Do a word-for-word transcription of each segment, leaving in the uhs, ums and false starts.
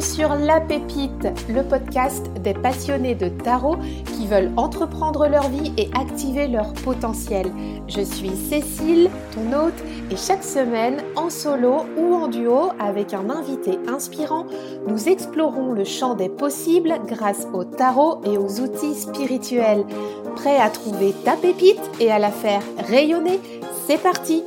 sur La Pépite, le podcast des passionnés de tarot qui veulent entreprendre leur vie et activer leur potentiel. Je suis Cécile, ton hôte, et chaque semaine, en solo ou en duo avec un invité inspirant, nous explorons le champ des possibles grâce au tarot et aux outils spirituels. Prêt à trouver ta pépite et à la faire rayonner? C'est parti!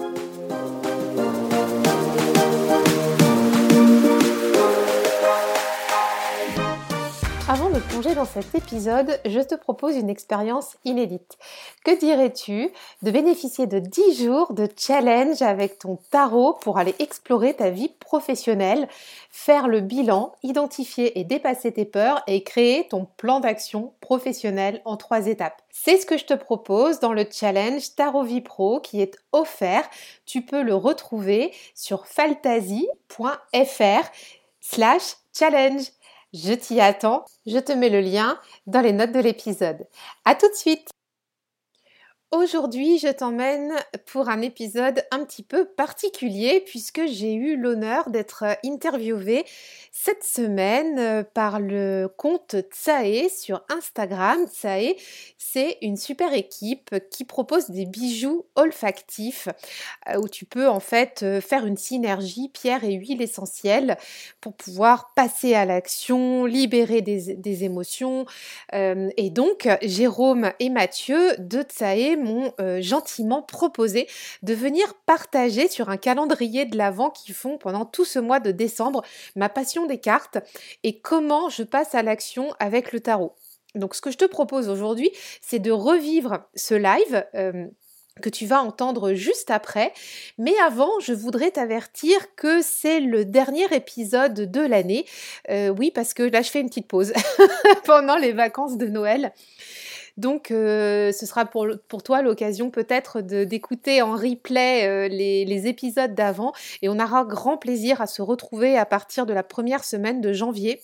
Avant de plonger dans cet épisode, je te propose une expérience inédite. Que dirais-tu de bénéficier de dix jours de challenge avec ton tarot pour aller explorer ta vie professionnelle, faire le bilan, identifier et dépasser tes peurs et créer ton plan d'action professionnel en trois étapes. C'est ce que je te propose dans le challenge Tarot Vie Pro qui est offert. Tu peux le retrouver sur faltasy point fr slash challenge. Je t'y attends, je te mets le lien dans les notes de l'épisode. À tout de suite! Aujourd'hui, je t'emmène pour un épisode un petit peu particulier puisque j'ai eu l'honneur d'être interviewée cette semaine par le compte Tsae sur Instagram. Tsae, c'est une super équipe qui propose des bijoux olfactifs où tu peux en fait faire une synergie pierre et huile essentielle pour pouvoir passer à l'action, libérer des, des émotions. Et donc, Jérôme et Mathieu de Tsae m'ont euh, gentiment proposé de venir partager sur un calendrier de l'Avent qu'ils font pendant tout ce mois de décembre ma passion des cartes et comment je passe à l'action avec le tarot. Donc ce que je te propose aujourd'hui, c'est de revivre ce live euh, que tu vas entendre juste après. Mais avant, je voudrais t'avertir que c'est le dernier épisode de l'année. Euh, oui, parce que là, je fais une petite pause pendant les vacances de Noël. Donc, euh, ce sera pour, pour toi l'occasion peut-être de, d'écouter en replay euh, les, les épisodes d'avant. Et on aura grand plaisir à se retrouver à partir de la première semaine de janvier.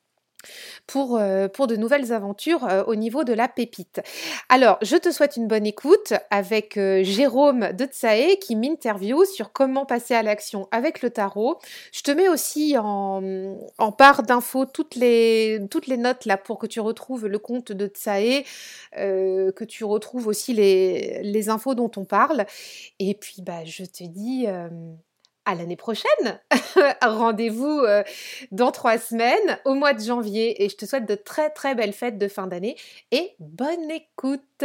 Pour, euh, pour de nouvelles aventures euh, au niveau de la pépite. Alors, je te souhaite une bonne écoute avec euh, Jérôme de Tsae qui m'interviewe sur comment passer à l'action avec le tarot. Je te mets aussi en, en barre d'infos toutes les, toutes les notes là pour que tu retrouves le compte de Tsae, euh, que tu retrouves aussi les, les infos dont on parle. Et puis, bah, je te dis... Euh, à l'année prochaine. Rendez-vous euh, dans trois semaines, au mois de janvier. Et je te souhaite de très très belles fêtes de fin d'année et bonne écoute.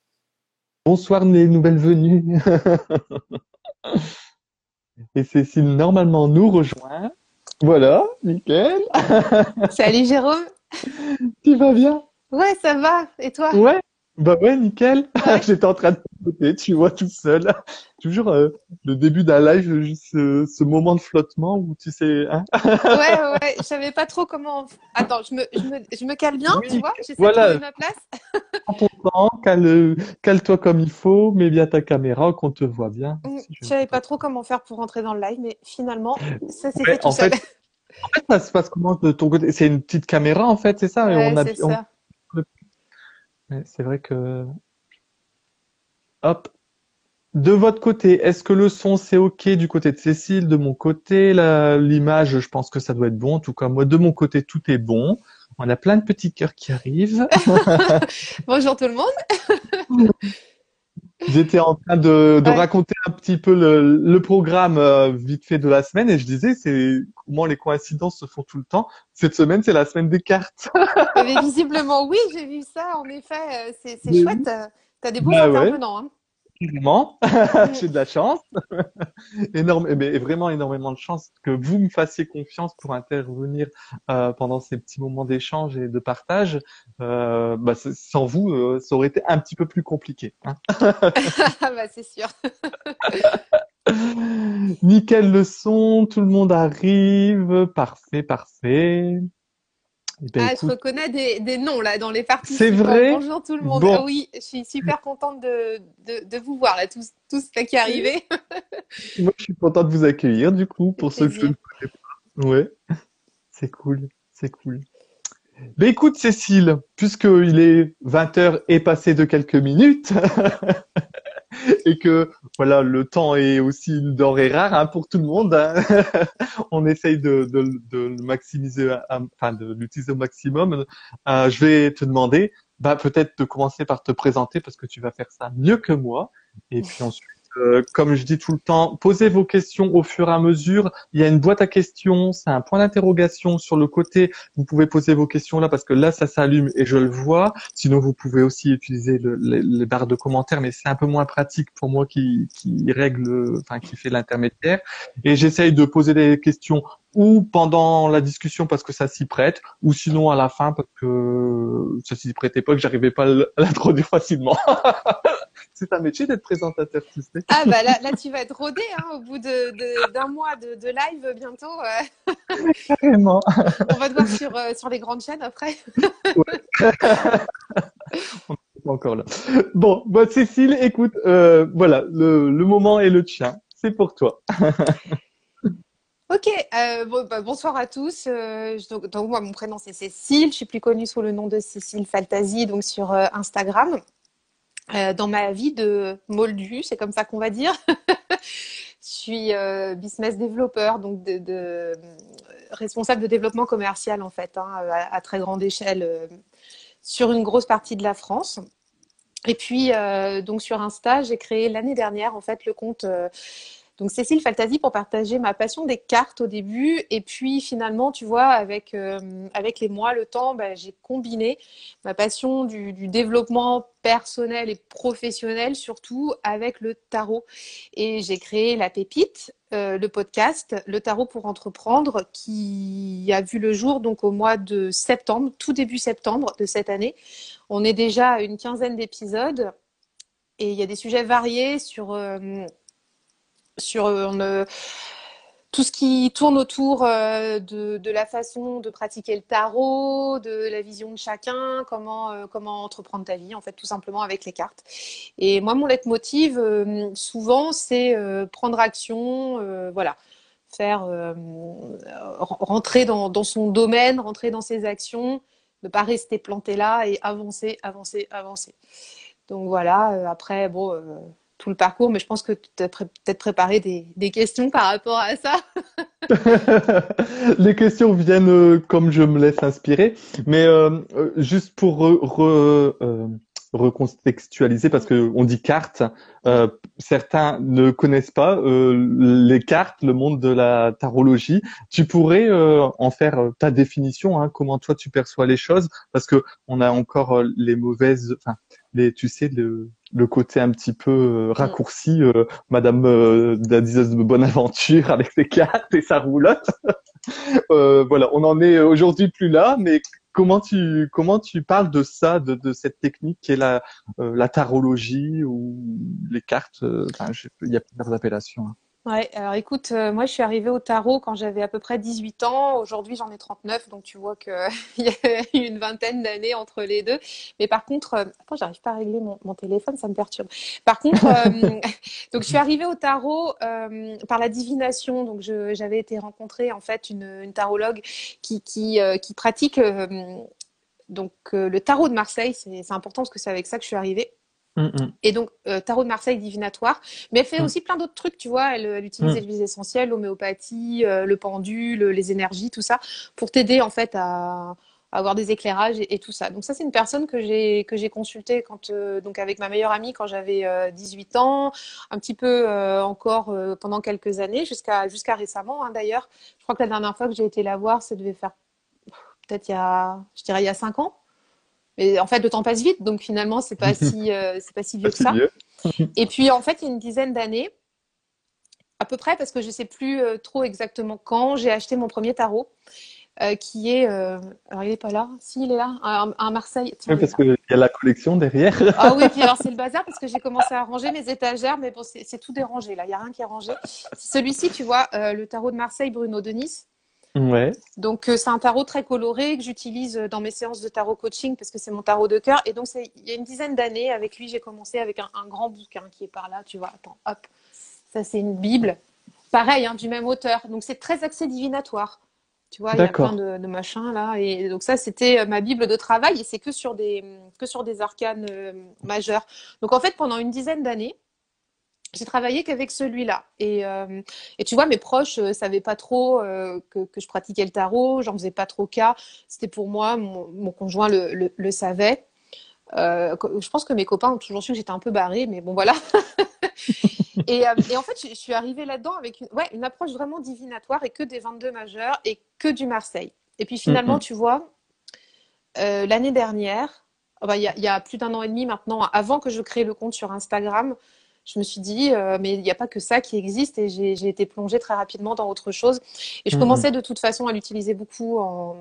Bonsoir les nouvelles venues. Et Cécile normalement nous rejoint. Voilà, nickel. Salut Jérôme. Tu vas bien? Ouais, ça va. Et toi? Ouais. Bah ouais, nickel. Ouais. J'étais en train de côté, tu vois, tout seul. Toujours euh, le début d'un live, juste ce, ce moment de flottement où tu sais. Hein Ouais, ouais. Je savais pas trop comment. Attends, je me, je me, je me cale bien, oui, tu vois. J'essaie voilà. de trouver ma place. Prends ton temps, cale, cale-toi comme il faut, mets bien ta caméra, qu'on te voit bien. Je Si je savais sais pas pas. trop comment faire pour rentrer dans le live, mais finalement, ça s'est Ouais, fait tout en seul. fait, en fait, ça se passe comment de ton côté? C'est une petite caméra en fait, c'est ça? Et Ouais, on a, c'est on- ça. Ouais, c'est vrai que, hop, de votre côté, est-ce que le son c'est OK du côté de Cécile, de mon côté, la- l'image, je pense que ça doit être bon. En tout cas, moi, de mon côté, tout est bon. On a plein de petits cœurs qui arrivent. Bonjour tout le monde. J'étais en train de, de Ouais. raconter un petit peu le, le programme euh, vite fait de la semaine et je disais, c'est comment les coïncidences se font tout le temps. Cette semaine, c'est la semaine des cartes. Mais visiblement, oui, j'ai vu ça. En effet, euh, c'est, c'est Mais chouette. oui. euh, T'as des beaux Bah ouais, intervenants, hein. vraiment. Mm. J'ai de la chance. Énorme, mais vraiment énormément de chance que vous me fassiez confiance pour intervenir euh, pendant ces petits moments d'échange et de partage. Euh, bah, c'est- sans vous, euh, ça aurait été un petit peu plus compliqué. Hein. Ah bah c'est sûr. Nickel le son, tout le monde arrive, parfait, parfait. Eh ben Ah, je écoute, reconnais des, des noms là dans les c'est participants. vrai. Bonjour tout le monde. Bon, Ah oui, je suis super contente de, de, de vous voir là, tous, tous là qui arrivez. moi je suis content de vous accueillir du coup C'est pour ceux que je plaisir. ne connais pas. Ouais, c'est cool, c'est cool. Ben écoute Cécile, puisqu'il est vingt heures et passé de quelques minutes, et que voilà, le temps est aussi une denrée rare hein, pour tout le monde. Hein. On essaye de, de, de le maximiser, à- enfin de l'utiliser au maximum. Euh, je vais te demander, bah peut-être de commencer par te présenter parce que tu vas faire ça mieux que moi. Et puis ensuite, euh, comme je dis tout le temps, posez vos questions au fur et à mesure. Il y a une boîte à questions, c'est un point d'interrogation sur le côté. Vous pouvez poser vos questions là parce que là ça s'allume et je le vois. Sinon vous pouvez aussi utiliser le- les, les barres de commentaires, mais c'est un peu moins pratique pour moi qui, qui règle, enfin qui fait l'intermédiaire. Et j'essaye de poser des questions ou pendant la discussion parce que ça s'y prête, ou sinon à la fin parce que ça s'y prêtait pas, que j'arrivais pas à l'introduire facilement. C'est un métier d'être présentateur, tu sais. Ah bah là, là tu vas être rodé hein, au bout de, de- d'un mois de, de live bientôt. euh. Carrément. On va te voir sur, euh, sur les grandes chaînes après. Ouais. On n'est pas encore là. Bon, bah, Cécile, écoute, euh, voilà, le, le moment est le tien. C'est pour toi. Ok, euh, bon, bah, bonsoir à tous. Euh, je- donc, donc, moi, mon prénom c'est Cécile. Je suis plus connue sous le nom de Cécile Faltasi, donc sur euh, Instagram. Euh, dans ma vie de moldu, c'est comme ça qu'on va dire. Je suis euh, business développeur, donc de, de- responsable de développement commercial en fait, hein, à, à très grande échelle euh, sur une grosse partie de la France. Et puis euh, donc sur Insta, j'ai créé l'année dernière en fait le compte euh, donc Cécile Faltasi pour partager ma passion des cartes au début. Et puis finalement, tu vois, avec, euh, avec les mois, le temps, bah, j'ai combiné ma passion du, du développement personnel et professionnel surtout avec le tarot. Et j'ai créé La Pépite, euh, le podcast, le tarot pour entreprendre, qui a vu le jour donc au mois de septembre, tout début septembre de cette année. On est déjà à une quinzaine d'épisodes et il y a des sujets variés sur... euh, sur euh, tout ce qui tourne autour euh, de, de la façon de pratiquer le tarot, de la vision de chacun, comment, euh, comment entreprendre ta vie, en fait, tout simplement avec les cartes. Et moi, mon leitmotiv, euh, souvent, c'est euh, prendre action, euh, voilà, faire euh, rentrer dans, dans son domaine, rentrer dans ses actions, ne pas rester planté là et avancer, avancer, avancer. Donc voilà, euh, après, bon, euh, tout le parcours, mais je pense que tu as pré- peut-être préparé des, des questions par rapport à ça. Les questions viennent euh, comme je me laisse inspirer, mais euh, euh, juste pour re- re- euh, recontextualiser, parce Mm, que on dit cartes, mm. euh, certains ne connaissent pas euh, les cartes, le monde de la tarologie. Tu pourrais euh, en faire euh, ta définition, hein, comment toi tu perçois les choses, parce que on a encore euh, les mauvaises, enfin, les, tu sais, le, le côté un petit peu euh, Mm. raccourci. euh, Madame euh, la diseuse de bonne aventure avec ses cartes et sa roulotte. Euh, voilà, on en est aujourd'hui plus là, mais comment tu comment tu parles de ça, de, de cette technique qui est la euh, la tarologie ou les cartes. euh, Enfin, je- il y a plusieurs appellations. Hein. Ouais, alors écoute, euh, moi je suis arrivée au tarot quand j'avais à peu près dix-huit ans. Aujourd'hui j'en ai trente-neuf, donc tu vois qu'il y a eu une vingtaine d'années entre les deux. Mais par contre, euh, attends, j'arrive pas à régler mon, mon téléphone, ça me perturbe. Par contre, euh, donc je suis arrivée au tarot euh, par la divination. Donc je- j'avais été rencontrer en fait une, une tarologue qui, qui, euh, qui pratique euh, donc euh, le tarot de Marseille. C'est c'est important parce que c'est avec ça que je suis arrivée. Mm, Et donc, euh, tarot de Marseille divinatoire. Mais elle fait mm, aussi plein d'autres trucs, tu vois. Elle, elle utilise les mm, huiles essentielles, l'homéopathie, euh, le pendule, les énergies, tout ça, pour t'aider, en fait, à, à avoir des éclairages et, et tout ça. Donc ça, c'est une personne que j'ai que j'ai consultée quand, euh, donc avec ma meilleure amie quand j'avais euh, dix-huit ans, un petit peu euh, encore euh, pendant quelques années, jusqu'à jusqu'à récemment, hein, d'ailleurs. Je crois que la dernière fois que j'ai été la voir, ça devait faire peut-être il y a, je dirais, il y a cinq ans. Mais en fait, le temps passe vite, donc finalement, c'est pas mm. si, euh, c'est pas si vieux Ah, que c'est ça. mieux. Et puis, en fait, il y a une dizaine d'années, à peu près, parce que je ne sais plus euh, trop exactement quand, j'ai acheté mon premier tarot, euh, qui est... euh, alors, il n'est pas là. Si, il est là. Un, un Marseille. Tiens, Oui, il est parce là. qu'il y a la collection derrière. Ah oui, puis alors, c'est le bazar, parce que j'ai commencé à ranger mes étagères, mais bon, c'est c'est tout dérangé, là. Il n'y a rien qui est rangé. C'est celui-ci, tu vois, euh, le tarot de Marseille, Bruno Denis. Ouais. Donc, euh, c'est un tarot très coloré que j'utilise dans mes séances de tarot coaching, parce que c'est mon tarot de cœur. Et donc, c'est il y a une dizaine d'années, avec lui, j'ai commencé avec un, un grand bouquin qui est par là, tu vois. Attends, hop. Ça, c'est une Bible. Pareil, hein, du même auteur. Donc, c'est très axé divinatoire. Tu vois, il y a plein D'accord. de, de machins là. Et donc, ça, c'était ma Bible de travail et c'est que sur des, que sur des arcanes euh, majeurs. Donc, en fait, pendant une dizaine d'années, j'ai travaillé qu'avec celui-là. Et, euh, et tu vois, mes proches ne euh, savaient pas trop euh, que, que je pratiquais le tarot, j'en faisais pas trop cas. C'était pour moi, mon, mon conjoint le, le, le savait. Euh, je pense que mes copains ont toujours su que j'étais un peu barrée, mais bon, voilà. Et, euh, et en fait, je, je suis arrivée là-dedans avec une, ouais, une approche vraiment divinatoire et que des vingt-deux majeurs et que du Marseille. Et puis finalement, Mhm. tu vois, euh, l'année dernière, oh bah, il y a, il y a plus d'un an et demi maintenant, avant que je crée le compte sur Instagram, je me suis dit, euh, mais il n'y a pas que ça qui existe et j'ai, j'ai été plongée très rapidement dans autre chose. Et je Mhm. commençais de toute façon à l'utiliser beaucoup en,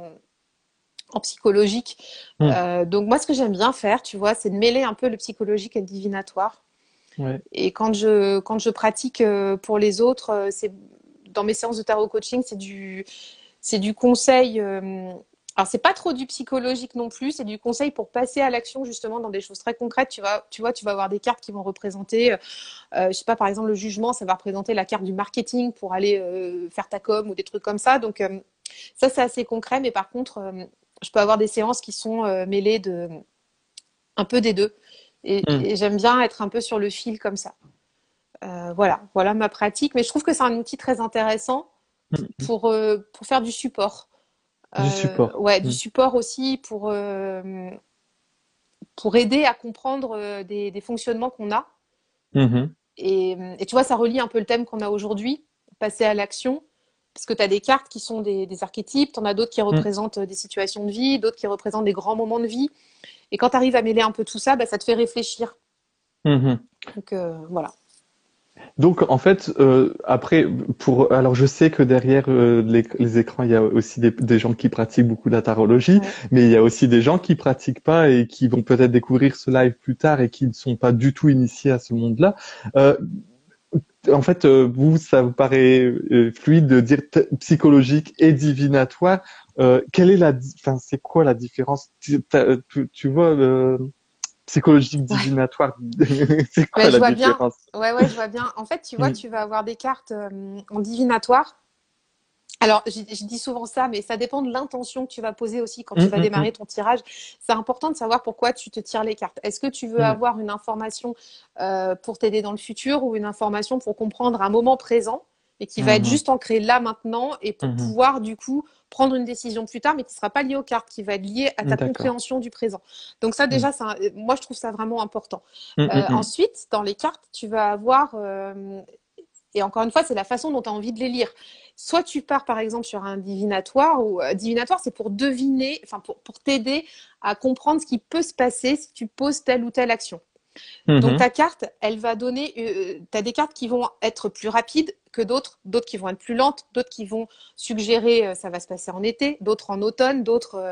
en psychologique. Mhm. Euh, donc moi, ce que j'aime bien faire, tu vois, c'est de mêler un peu le psychologique et le divinatoire. Ouais. Et quand je, quand je pratique euh, pour les autres, euh, c'est dans mes séances de tarot coaching, c'est du, c'est du conseil. Euh, alors, c'est pas trop du psychologique non plus, c'est du conseil pour passer à l'action justement dans des choses très concrètes. Tu vois, tu vois, tu vas avoir des cartes qui vont représenter, euh, je sais pas, par exemple, le jugement, ça va représenter la carte du marketing pour aller euh, faire ta com ou des trucs comme ça. Donc, euh, ça, c'est assez concret, mais par contre, euh, je peux avoir des séances qui sont euh, mêlées de un peu des deux. Mhm. Et, et j'aime bien être un peu sur le fil comme ça. Euh, voilà, voilà ma pratique. Mais je trouve que c'est un outil très intéressant Mhm. pour, euh, pour faire du support. Du Euh, support. ouais, du Mhm. support aussi pour, euh, pour aider à comprendre euh, des, des fonctionnements qu'on a. Mhm. Et, et tu vois, ça relie un peu le thème qu'on a aujourd'hui, passer à l'action. Parce que tu as des cartes qui sont des, des archétypes, tu en as d'autres qui Mhm. représentent des situations de vie, d'autres qui représentent des grands moments de vie. Et quand tu arrives à mêler un peu tout ça, bah, ça te fait réfléchir. Mhm. Donc euh, voilà. Donc en fait, euh, après, pour alors je sais que derrière euh, les, les écrans, il y a aussi des, des gens qui pratiquent beaucoup la tarologie, Ouais. mais il y a aussi des gens qui pratiquent pas et qui vont peut-être découvrir ce live plus tard et qui ne sont pas du tout initiés à ce monde-là. Euh, en fait, euh, vous, ça vous paraît euh, fluide de dire t- psychologique et divinatoire. Euh, quelle est la, di- enfin, c'est quoi la différence? Tu, t'as- tu, tu vois, euh, psychologique Ouais. divinatoire, c'est quoi Ouais, je la vois bien. différence? Ouais, ouais, je vois bien. En fait, tu vois, Mm, tu vas avoir des cartes euh, en divinatoire. Alors, je, je dis souvent ça, mais ça dépend de l'intention que tu vas poser aussi quand tu mm, vas mm, démarrer ton tirage. C'est important de savoir pourquoi tu te tires les cartes. Est-ce que tu veux mm. avoir une information euh, pour t'aider dans le futur ou une information pour comprendre un moment présent et qui va être Mhm, juste ancré là maintenant et pour mhm. pouvoir du coup prendre une décision plus tard, mais qui ne sera pas liée aux cartes, qui va être liée à ta D'accord. compréhension du présent. Donc ça Mm, déjà, ça, moi je trouve ça vraiment important. mm, Euh, mm, mm. ensuite, dans les cartes, tu vas avoir euh, et encore une fois, c'est la façon dont tu as envie de les lire. Soit tu pars par exemple sur un divinatoire, ou euh, divinatoire, c'est pour deviner, enfin pour, pour t'aider à comprendre ce qui peut se passer si tu poses telle ou telle action. Donc Mhm, ta carte, elle va donner, euh, tu as des cartes qui vont être plus rapides que d'autres, d'autres qui vont être plus lentes, d'autres qui vont suggérer euh, ça va se passer en été, d'autres en automne, d'autres euh,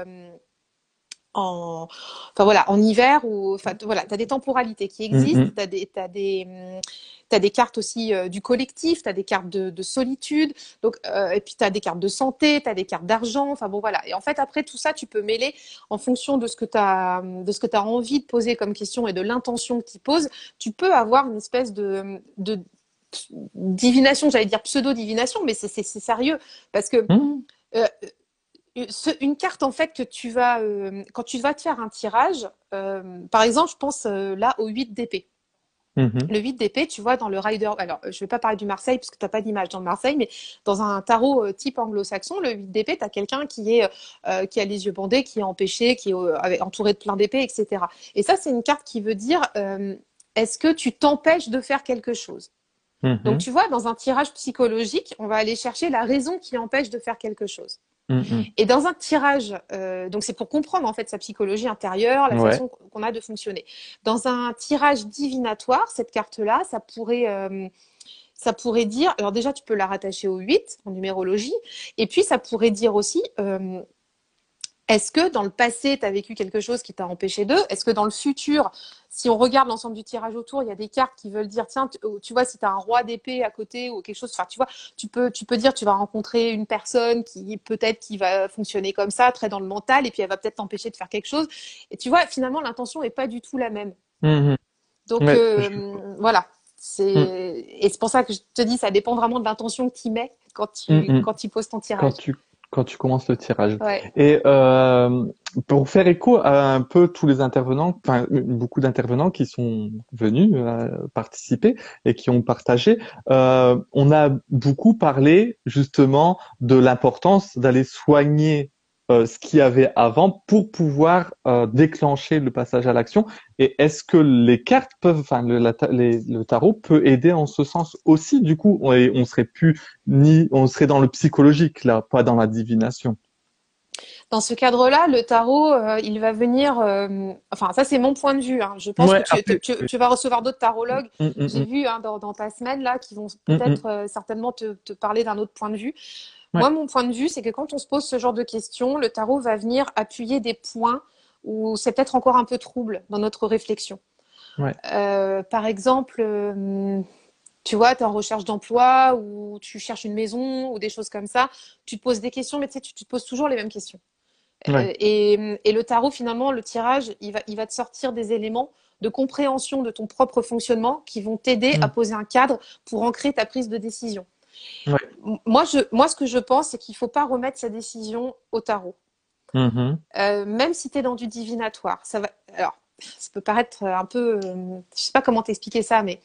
en, enfin voilà, en hiver ou, enfin voilà, tu as des temporalités qui mm, existent, mm, tu as des, t'as des, hum, t'as des cartes aussi euh, du collectif, tu as des cartes de, de solitude, donc, euh, et puis tu as des cartes de santé, tu as des cartes d'argent, enfin bon voilà. Et en fait, après tout ça, tu peux mêler en fonction de ce que tu as, de ce que tu as envie de poser comme question et de l'intention que tu poses, tu peux avoir une espèce de, de divination, j'allais dire pseudo-divination, mais c'est, c'est, c'est sérieux parce que mm, euh, une carte en fait que tu vas euh, quand tu vas te faire un tirage, euh, par exemple, je pense euh, là au huit d'épée. mhm, Le huit d'épée, tu vois, dans le Rider. Alors, je vais pas parler du Marseille parce que tu n'as pas d'image dans le Marseille, mais dans un tarot euh, type anglo-saxon, le huit d'épée, tu as quelqu'un qui est euh, qui a les yeux bandés, qui est empêché, qui est euh, avec, entouré de plein d'épées, et cetera. Et ça, c'est une carte qui veut dire euh, est-ce que tu t'empêches de faire quelque chose? Donc, mhm, tu vois, dans un tirage psychologique, on va aller chercher la raison qui empêche de faire quelque chose. mm, Et dans un tirage, euh, donc c'est pour comprendre en fait sa psychologie intérieure, la mm. Ouais. façon qu'on a de fonctionner. Dans un tirage divinatoire, cette carte-là, ça pourrait, euh, ça pourrait dire, alors déjà tu peux la rattacher au huit en numérologie, et puis ça pourrait dire aussi, euh, est-ce que dans le passé, tu as vécu quelque chose qui t'a empêché d'eux? Est-ce que dans le futur, si on regarde l'ensemble du tirage autour, il y a des cartes qui veulent dire, tiens, tu, tu vois, si tu as un roi d'épée à côté ou quelque chose, enfin, tu vois, tu peux, tu peux dire, tu vas rencontrer une personne qui peut-être qui va fonctionner comme ça, très dans le mental, et puis elle va peut-être t'empêcher de faire quelque chose. Et tu vois, finalement, l'intention est pas du tout la même. Mhm. Donc, Ouais, je vois. euh, voilà. C'est, Mm, et c'est pour ça que je te dis, ça dépend vraiment de l'intention que tu mets quand mm, tu, mm. quand tu poses ton Quand tirage. tu quand tu commences le tirage. Ouais. Et euh, pour faire écho à un peu tous les intervenants, enfin beaucoup d'intervenants qui sont venus euh, participer et qui ont partagé, euh, on a beaucoup parlé justement de l'importance d'aller soigner euh, ce qu'il y avait avant pour pouvoir euh, déclencher le passage à l'action. Et est-ce que les cartes peuvent, enfin le, la, les, le tarot peut aider en ce sens aussi? Du coup, on, on serait plus ni on serait dans le psychologique là, pas dans la divination. Dans ce cadre-là, le tarot, euh, il va venir. Euh, enfin, ça, c'est mon point de vue. Hein. Je pense que Ouais, tu, après. tu, tu vas recevoir d'autres tarologues. Mm, mm, J'ai mm, vu hein, dans, dans ta semaine là qui vont mm, peut-être mm. euh, certainement te, te parler d'un autre point de vue. Ouais. Moi, mon point de vue, c'est que quand on se pose ce genre de questions, le tarot va venir appuyer des points où c'est peut-être encore un peu trouble dans notre réflexion. Ouais. Euh, par exemple, euh, tu vois, tu es en recherche d'emploi ou tu cherches une maison ou des choses comme ça. Tu te poses des questions, mais tu sais, tu, tu te poses toujours les mêmes questions. Ouais. Euh, et, et le tarot, finalement, le tirage, il va, il va te sortir des éléments de compréhension de ton propre fonctionnement qui vont t'aider à Mm. poser un cadre pour ancrer ta prise de décision. Ouais. Moi, je, moi, ce que je pense, c'est qu'il ne faut pas remettre sa décision au tarot. Mhm. Euh, même si tu es dans du divinatoire. Ça va... Alors, ça peut paraître un peu... Euh, je ne sais pas comment t'expliquer ça, mais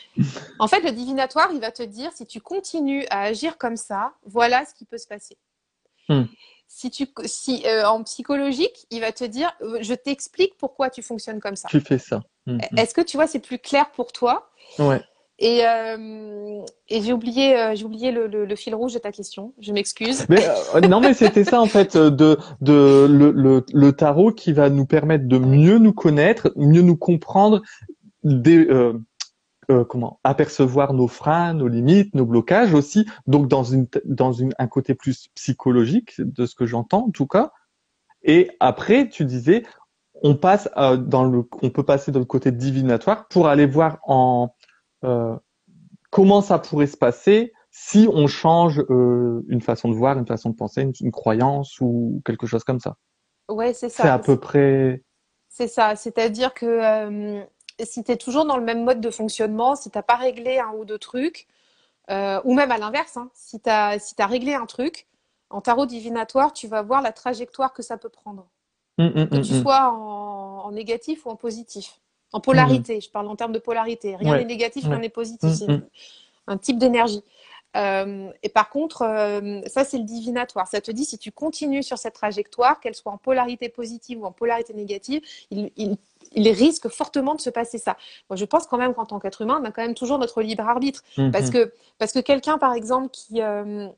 en fait, le divinatoire, il va te dire, si tu continues à agir comme ça, voilà ce qui peut se passer. Mm. Si tu, si, euh, en psychologique, il va te dire, euh, je t'explique pourquoi tu fonctionnes comme ça. Tu fais ça. Mhm. Est-ce que tu vois, c'est plus clair pour toi? Ouais. Et, euh, et j'ai oublié, euh, j'ai oublié le, le, le fil rouge de ta question. Je m'excuse. Mais euh, non, mais c'était ça en fait, euh, de de le, le le tarot qui va nous permettre de mieux nous connaître, mieux nous comprendre, des, euh, euh, comment apercevoir nos freins, nos limites, nos blocages aussi. Donc dans une dans une un côté plus psychologique de ce que j'entends en tout cas. Et après, tu disais, on passe euh, dans le, on peut passer dans le côté divinatoire pour aller voir en euh, comment ça pourrait se passer si on change euh, une façon de voir, une façon de penser, une, une croyance ou quelque chose comme ça. Ouais, c'est C'est ça. à peu près. C'est ça. C'est-à-dire que euh, si tu es toujours dans le même mode de fonctionnement, si tu n'as pas réglé un ou deux trucs, euh, ou même à l'inverse, hein, si tu as, si t'as réglé un truc, en tarot divinatoire, tu vas voir la trajectoire que ça peut prendre. Hum, hum, Que hum, tu hum. sois en, en négatif ou en positif. En Mhm. polarité, je parle en termes de polarité. Rien n'est Ouais, négatif, rien ouais. n'est positif. Hum, C'est hum, un type d'énergie. Euh, et par contre, euh, ça c'est le divinatoire. Ça te dit si tu continues sur cette trajectoire, qu'elle soit en polarité positive ou en polarité négative, il, il, il risque fortement de se passer ça. Moi, je pense quand même qu'en tant qu'être humain, on a quand même toujours notre libre arbitre. hum, Parce hum. que, parce que quelqu'un, par exemple, qui, euh,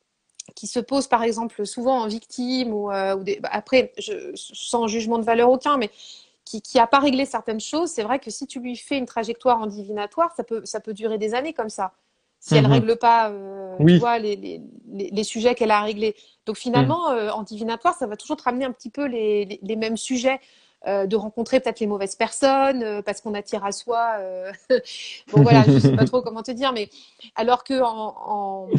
qui se pose, par exemple, souvent en victime, ou, euh, ou des... bah, après, je, sans jugement de valeur aucun, mais qui n'a pas réglé certaines choses, c'est vrai que si tu lui fais une trajectoire en divinatoire, ça peut, ça peut durer des années comme ça. Si elle ne Mhm. règle pas, euh, tu Oui. vois, les, les, les, les sujets qu'elle a réglés. Donc Hum. finalement, euh, en divinatoire, ça va toujours te ramener un petit peu les, les, les mêmes sujets. Euh, de rencontrer peut-être les mauvaises personnes euh, parce qu'on attire à soi. Euh... bon voilà, je sais pas trop comment te dire, mais alors que en, en,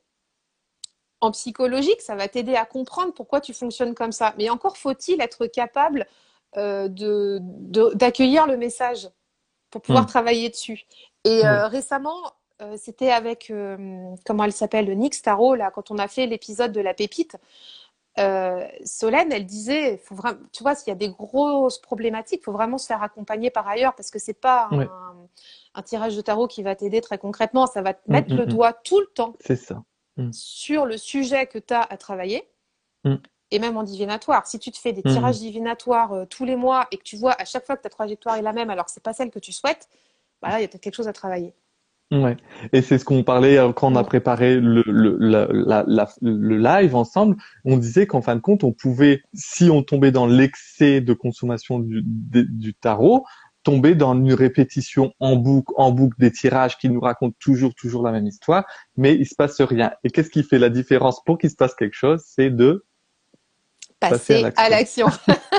en psychologique, ça va t'aider à comprendre pourquoi tu fonctionnes comme ça. Mais encore faut-il être capable euh, de, de, d'accueillir le message pour pouvoir Hum. travailler dessus. Et Oui. euh, récemment, euh, c'était avec, euh, comment elle s'appelle, Nix Tarot, là, quand on a fait l'épisode de la pépite, euh, Solène, elle disait, faut vraiment, tu vois, s'il y a des grosses problématiques, il faut vraiment se faire accompagner par ailleurs parce que c'est pas Ouais. un, un tirage de tarot qui va t'aider très concrètement, ça va te Hum, mettre hum, le hum. doigt tout le temps C'est ça. Hum, sur le sujet que tu as à travailler. hum, Et même en divinatoire, si tu te fais des tirages hum. divinatoires euh, tous les mois et que tu vois à chaque fois que ta trajectoire est la même alors que c'est pas celle que tu souhaites, bah là, il y a peut-être quelque chose à travailler. Ouais. Et c'est ce qu'on parlait euh, quand on a Mm. préparé le, le, la, la, la- le live ensemble. On disait qu'en fin de compte, on pouvait, si on tombait dans l'excès de consommation du, du, du tarot, tomber dans une répétition en boucle, en boucle des tirages qui nous racontent toujours, toujours la même histoire, mais il se passe rien. Et qu'est-ce qui fait la différence pour qu'il se passe quelque chose? C'est de passer à Passer à l'action. l'action.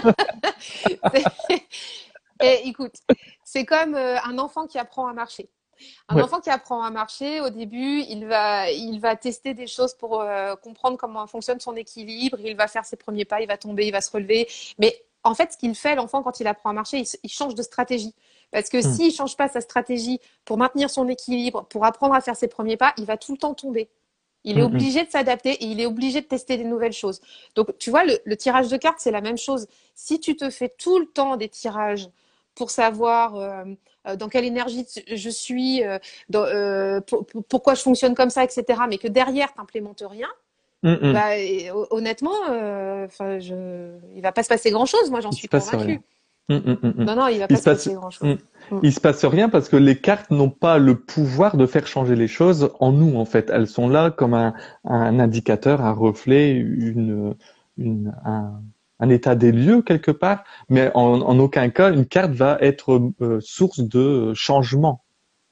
Et écoute, c'est comme euh, un enfant qui apprend à marcher. Un Ouais. enfant qui apprend à marcher, au début, il va, il va tester des choses pour euh, comprendre comment fonctionne son équilibre. Il va faire ses premiers pas, il va tomber, il va se relever. Mais en fait, ce qu'il fait, l'enfant, quand il apprend à marcher, il, il change de stratégie. Parce que Hum, s'il ne change pas sa stratégie pour maintenir son équilibre, pour apprendre à faire ses premiers pas, il va tout le temps tomber. Il est Mm, mm. obligé de s'adapter et il est obligé de tester des nouvelles choses. Donc, tu vois, le, le tirage de cartes, c'est la même chose. Si tu te fais tout le temps des tirages pour savoir euh, euh, dans quelle énergie je suis, euh, dans, euh, pour- pour- pourquoi je fonctionne comme ça, et cetera, mais que derrière, tu n'implémentes rien, Mm, mm. bah, et, honnêtement, euh, enfin, je... il va pas se passer grand-chose, moi j'en Il se suis passe rien. convaincue. Mm, mm, mm, mm. Non, non, il va Il pas se se passe, passer mm. grand-chose. Mm. Il se passe rien parce que les cartes n'ont pas le pouvoir de faire changer les choses en nous, en fait. Elles sont là comme un, un indicateur, un reflet, une, une, un, un état des lieux quelque part, mais en, en aucun cas une carte va être euh, source de changement.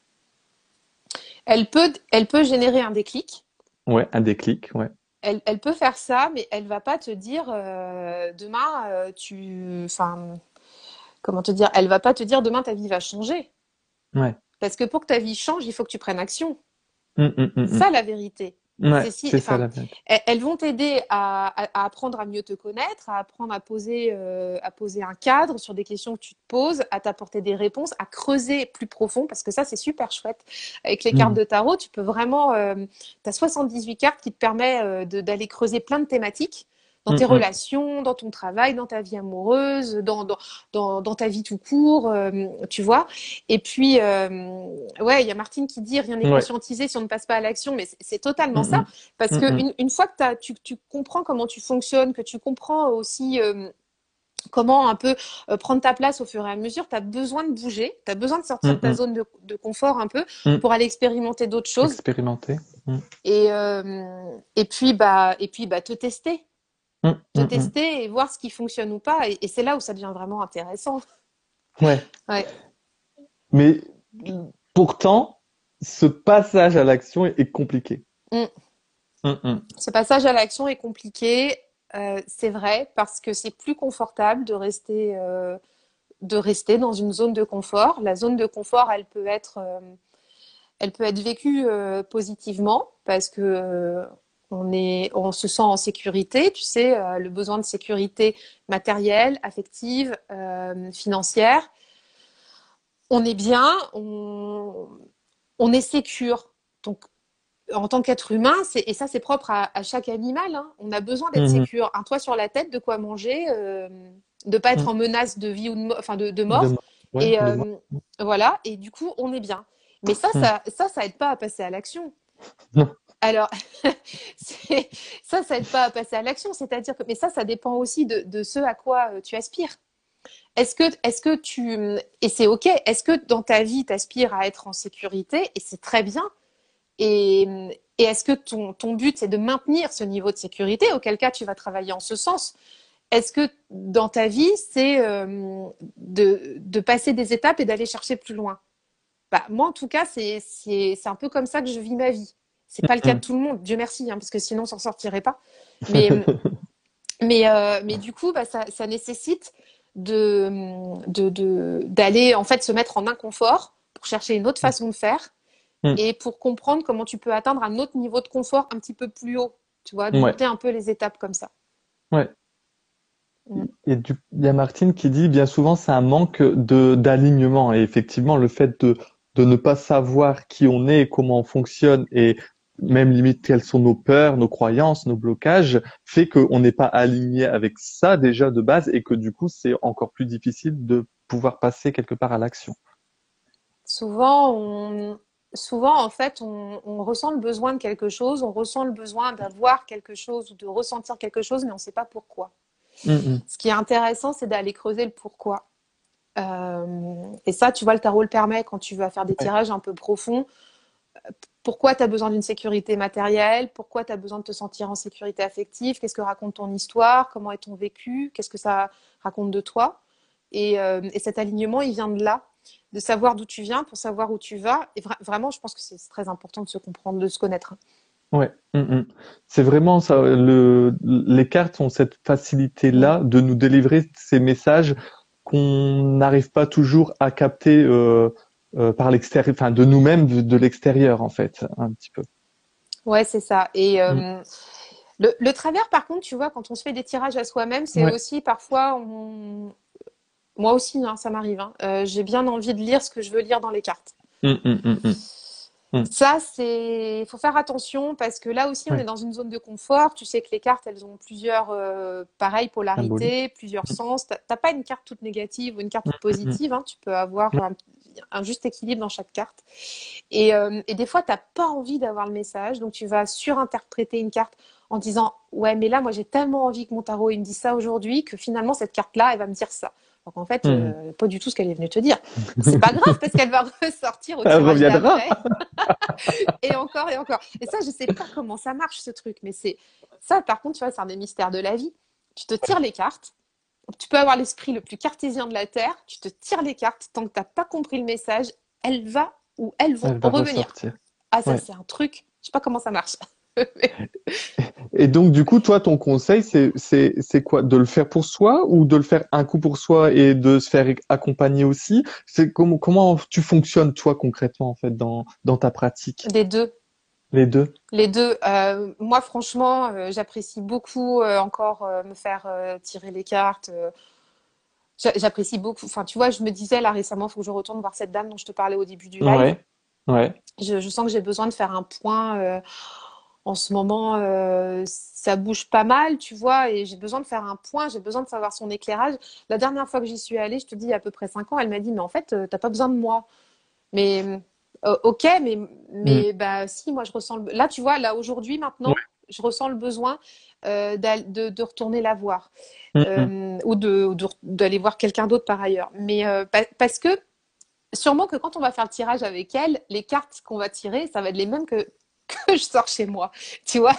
Elle peut, elle peut générer un déclic. Ouais, un déclic, ouais. Elle, elle peut faire ça, mais elle va pas te dire euh, demain, euh, tu, enfin, comment te dire, elle va pas te dire demain ta vie va changer. Ouais. Parce que pour que ta vie change, il faut que tu prennes action. Mm, mm, C'est mm, ça la vérité. mm. C'est Ouais, si, c'est ça enfin, la vérité. elles, elles vont t'aider à, à- à apprendre à mieux te connaître, à apprendre à poser, euh, à poser un cadre sur des questions que tu te poses, à t'apporter des réponses, à creuser plus profond, parce que ça, c'est super chouette. Avec les cartes Mm, de tarot, tu peux vraiment, euh, tu as soixante-dix-huit cartes qui te permettent euh, de- d'aller creuser plein de thématiques dans mm, tes mm. relations, dans ton travail, dans ta vie amoureuse, dans, dans, dans, dans ta vie tout court, euh, tu vois. Et puis, euh, ouais, il y a Martine qui dit rien n'est Ouais. conscientisé si on ne passe pas à l'action, mais c'est c'est totalement ça. Mm, Parce mm, que mm, une, une fois que t'as- tu, tu comprends comment tu fonctionnes, que tu comprends aussi euh, comment un peu euh, prendre ta place au fur et à mesure, tu as besoin de bouger, tu as besoin de mm, sortir de ta mm, zone de, de confort un peu mm. pour aller expérimenter d'autres choses Expérimenter. Mm, et, euh, et puis, bah, et puis bah, te tester. mm, Te mm, mm. tester et voir ce qui fonctionne ou pas. Et, et c'est là où ça devient vraiment intéressant. Ouais. Ouais. Mais pourtant, ce passage à l'action est, est compliqué. Mm. Mm, mm, Ce passage à l'action est compliqué, euh, c'est vrai, parce que c'est plus confortable de rester, euh, de rester dans une zone de confort. La zone de confort, elle peut être, euh, elle peut être vécue euh, positivement parce que euh, on est, on se sent en sécurité. Tu sais, euh, le besoin de sécurité matérielle, affective, euh, financière. On est bien, on, on est sécure. Donc en tant qu'être humain, c'est, et ça c'est propre à, à chaque animal, hein, on a besoin d'être mm, sécure. Un toit sur la tête, de quoi manger, euh, de pas être mm. en menace de vie ou de, mo- enfin de, de De mort. moi. Ouais, Et de moi. euh, voilà, et du coup on est bien. Mais ça, Mm. ça, ça, ça aide pas à passer à l'action. Non. Alors, c'est- ça, ça aide pas à passer à l'action. C'est-à-dire que, mais ça, ça dépend aussi de, de ce à quoi euh, tu aspires. Est-ce que, est-ce que tu, et c'est ok. Est-ce que dans ta vie, tu aspires à être en sécurité et c'est très bien. Et, et est-ce que ton, ton but, c'est de maintenir ce niveau de sécurité, auquel cas tu vas travailler en ce sens? Est-ce que dans ta vie, c'est euh, de, de passer des étapes et d'aller chercher plus loin? Bah, moi, en tout cas, c'est, c'est, c'est un peu comme ça que je vis ma vie. C'est pas le cas de Mm. tout le monde, Dieu merci, hein, parce que sinon, on s'en sortirait pas. Mais, mais, euh, mais du coup, bah, ça, ça nécessite de, de, de, d'aller en fait se mettre en inconfort pour chercher une autre façon de faire Mm. et pour comprendre comment tu peux atteindre un autre niveau de confort un petit peu plus haut, tu vois, de Ouais, monter un peu les étapes comme ça. ouais. Mm. Et du, il y a Martine qui dit bien souvent c'est un manque de d'alignement. Et effectivement, le fait de, de ne pas savoir qui on est, comment on fonctionne et même limite quelles sont nos peurs, nos croyances, nos blocages, fait qu'on n'est pas aligné avec ça déjà de base et que du coup c'est encore plus difficile de pouvoir passer quelque part à l'action. Souvent, on, souvent, en fait, on, on ressent le besoin de quelque chose, on ressent le besoin d'avoir quelque chose ou de ressentir quelque chose, mais on ne sait pas pourquoi. Mm, Ce qui est intéressant, c'est d'aller creuser le pourquoi. Euh, et ça, tu vois, le tarot le permet quand tu vas faire des ouais. tirages un peu profonds. Pourquoi tu as besoin d'une sécurité matérielle? Pourquoi tu as besoin de te sentir en sécurité affective? Qu'est-ce que raconte ton histoire? Comment est ton vécu? Qu'est-ce que ça raconte de toi? Et, euh, et cet alignement, il vient de là, de savoir d'où tu viens pour savoir où tu vas. Et vra- vraiment, je pense que c'est très important de se comprendre, de se connaître. Ouais, mm, mm. C'est vraiment ça. Le, les cartes ont cette Mm. facilité-là de nous délivrer ces messages qu'on n'arrive pas toujours à capter euh, euh, par l'extérieur, enfin de nous-mêmes, de, de l'extérieur en fait, un petit peu. Ouais, c'est ça. Et Mm. euh, le, le travers, par contre, tu vois, quand on se fait des tirages à soi-même, c'est Ouais. aussi parfois, on... moi aussi, hein, ça m'arrive. Hein. Euh, j'ai bien envie de lire ce que je veux lire dans les cartes. Mm, mm, mm, mm. Mm. Ça, c'est, il faut faire attention parce que là aussi, on est Ouais. dans une zone de confort. Tu sais que les cartes, elles ont plusieurs, euh, pareil, Symbolique. polarités, plusieurs Mm. sens. T'as t'as pas une carte toute négative ou une carte Mm. toute Mm. positive, hein. Tu peux avoir Ouais. un, un juste équilibre dans chaque carte. Et, euh, et des fois, t'as pas envie d'avoir le message, donc tu vas surinterpréter une carte en disant, ouais, mais là, moi, j'ai tellement envie que mon tarot il me dise ça aujourd'hui que finalement, cette carte-là, elle va me dire ça. Donc en fait, Mm. euh, pas du tout ce qu'elle est venue te dire. C'est pas grave parce qu'elle va ressortir au Elle tirage reviendra. d'après. Et encore et encore. Et ça, je sais pas comment ça marche ce truc, mais c'est ça. Par contre, tu vois, c'est un des mystères de la vie. Tu te tires les cartes. Tu peux avoir l'esprit le plus cartésien de la terre. Tu te tires les cartes tant que t'as pas compris le message. Elles va ou elles vont Elle va revenir. ressortir. Ah, ça, Ouais. c'est un truc. Je sais pas comment ça marche. Et donc, du coup, toi, ton conseil, c'est, c'est, c'est quoi? De le faire pour soi ou de le faire un coup pour soi et de se faire accompagner aussi? C'est comment, comment tu fonctionnes, toi, concrètement, en fait, dans, dans ta pratique? Des deux. Les deux? Les deux. Euh, moi, franchement, euh, j'apprécie beaucoup euh, encore euh, me faire euh, tirer les cartes. euh, j'a- J'apprécie beaucoup. Enfin, tu vois, je me disais là récemment, il faut que je retourne voir cette dame dont je te parlais au début du live. Ouais. Ouais. Je, je sens que j'ai besoin de faire un point. Euh, en ce moment, euh, ça bouge pas mal, tu vois, et j'ai besoin de faire un point. J'ai besoin de savoir son éclairage. La dernière fois que j'y suis allée, je te dis, il y a à peu près cinq ans, elle m'a dit, mais en fait, euh, t'as pas besoin de moi. Mais euh, ok, mais Mm. mais bah si, moi je ressens le... Là, tu vois, là aujourd'hui, Ouais. maintenant, je ressens le besoin euh, d'al- de, de retourner la voir Mm, mm. euh, ou de, ou de- d'aller voir quelqu'un d'autre par ailleurs. Mais euh, pa- parce que sûrement que quand on va faire le tirage avec elle, les cartes qu'on va tirer, ça va être les mêmes que que je sors chez moi, tu vois.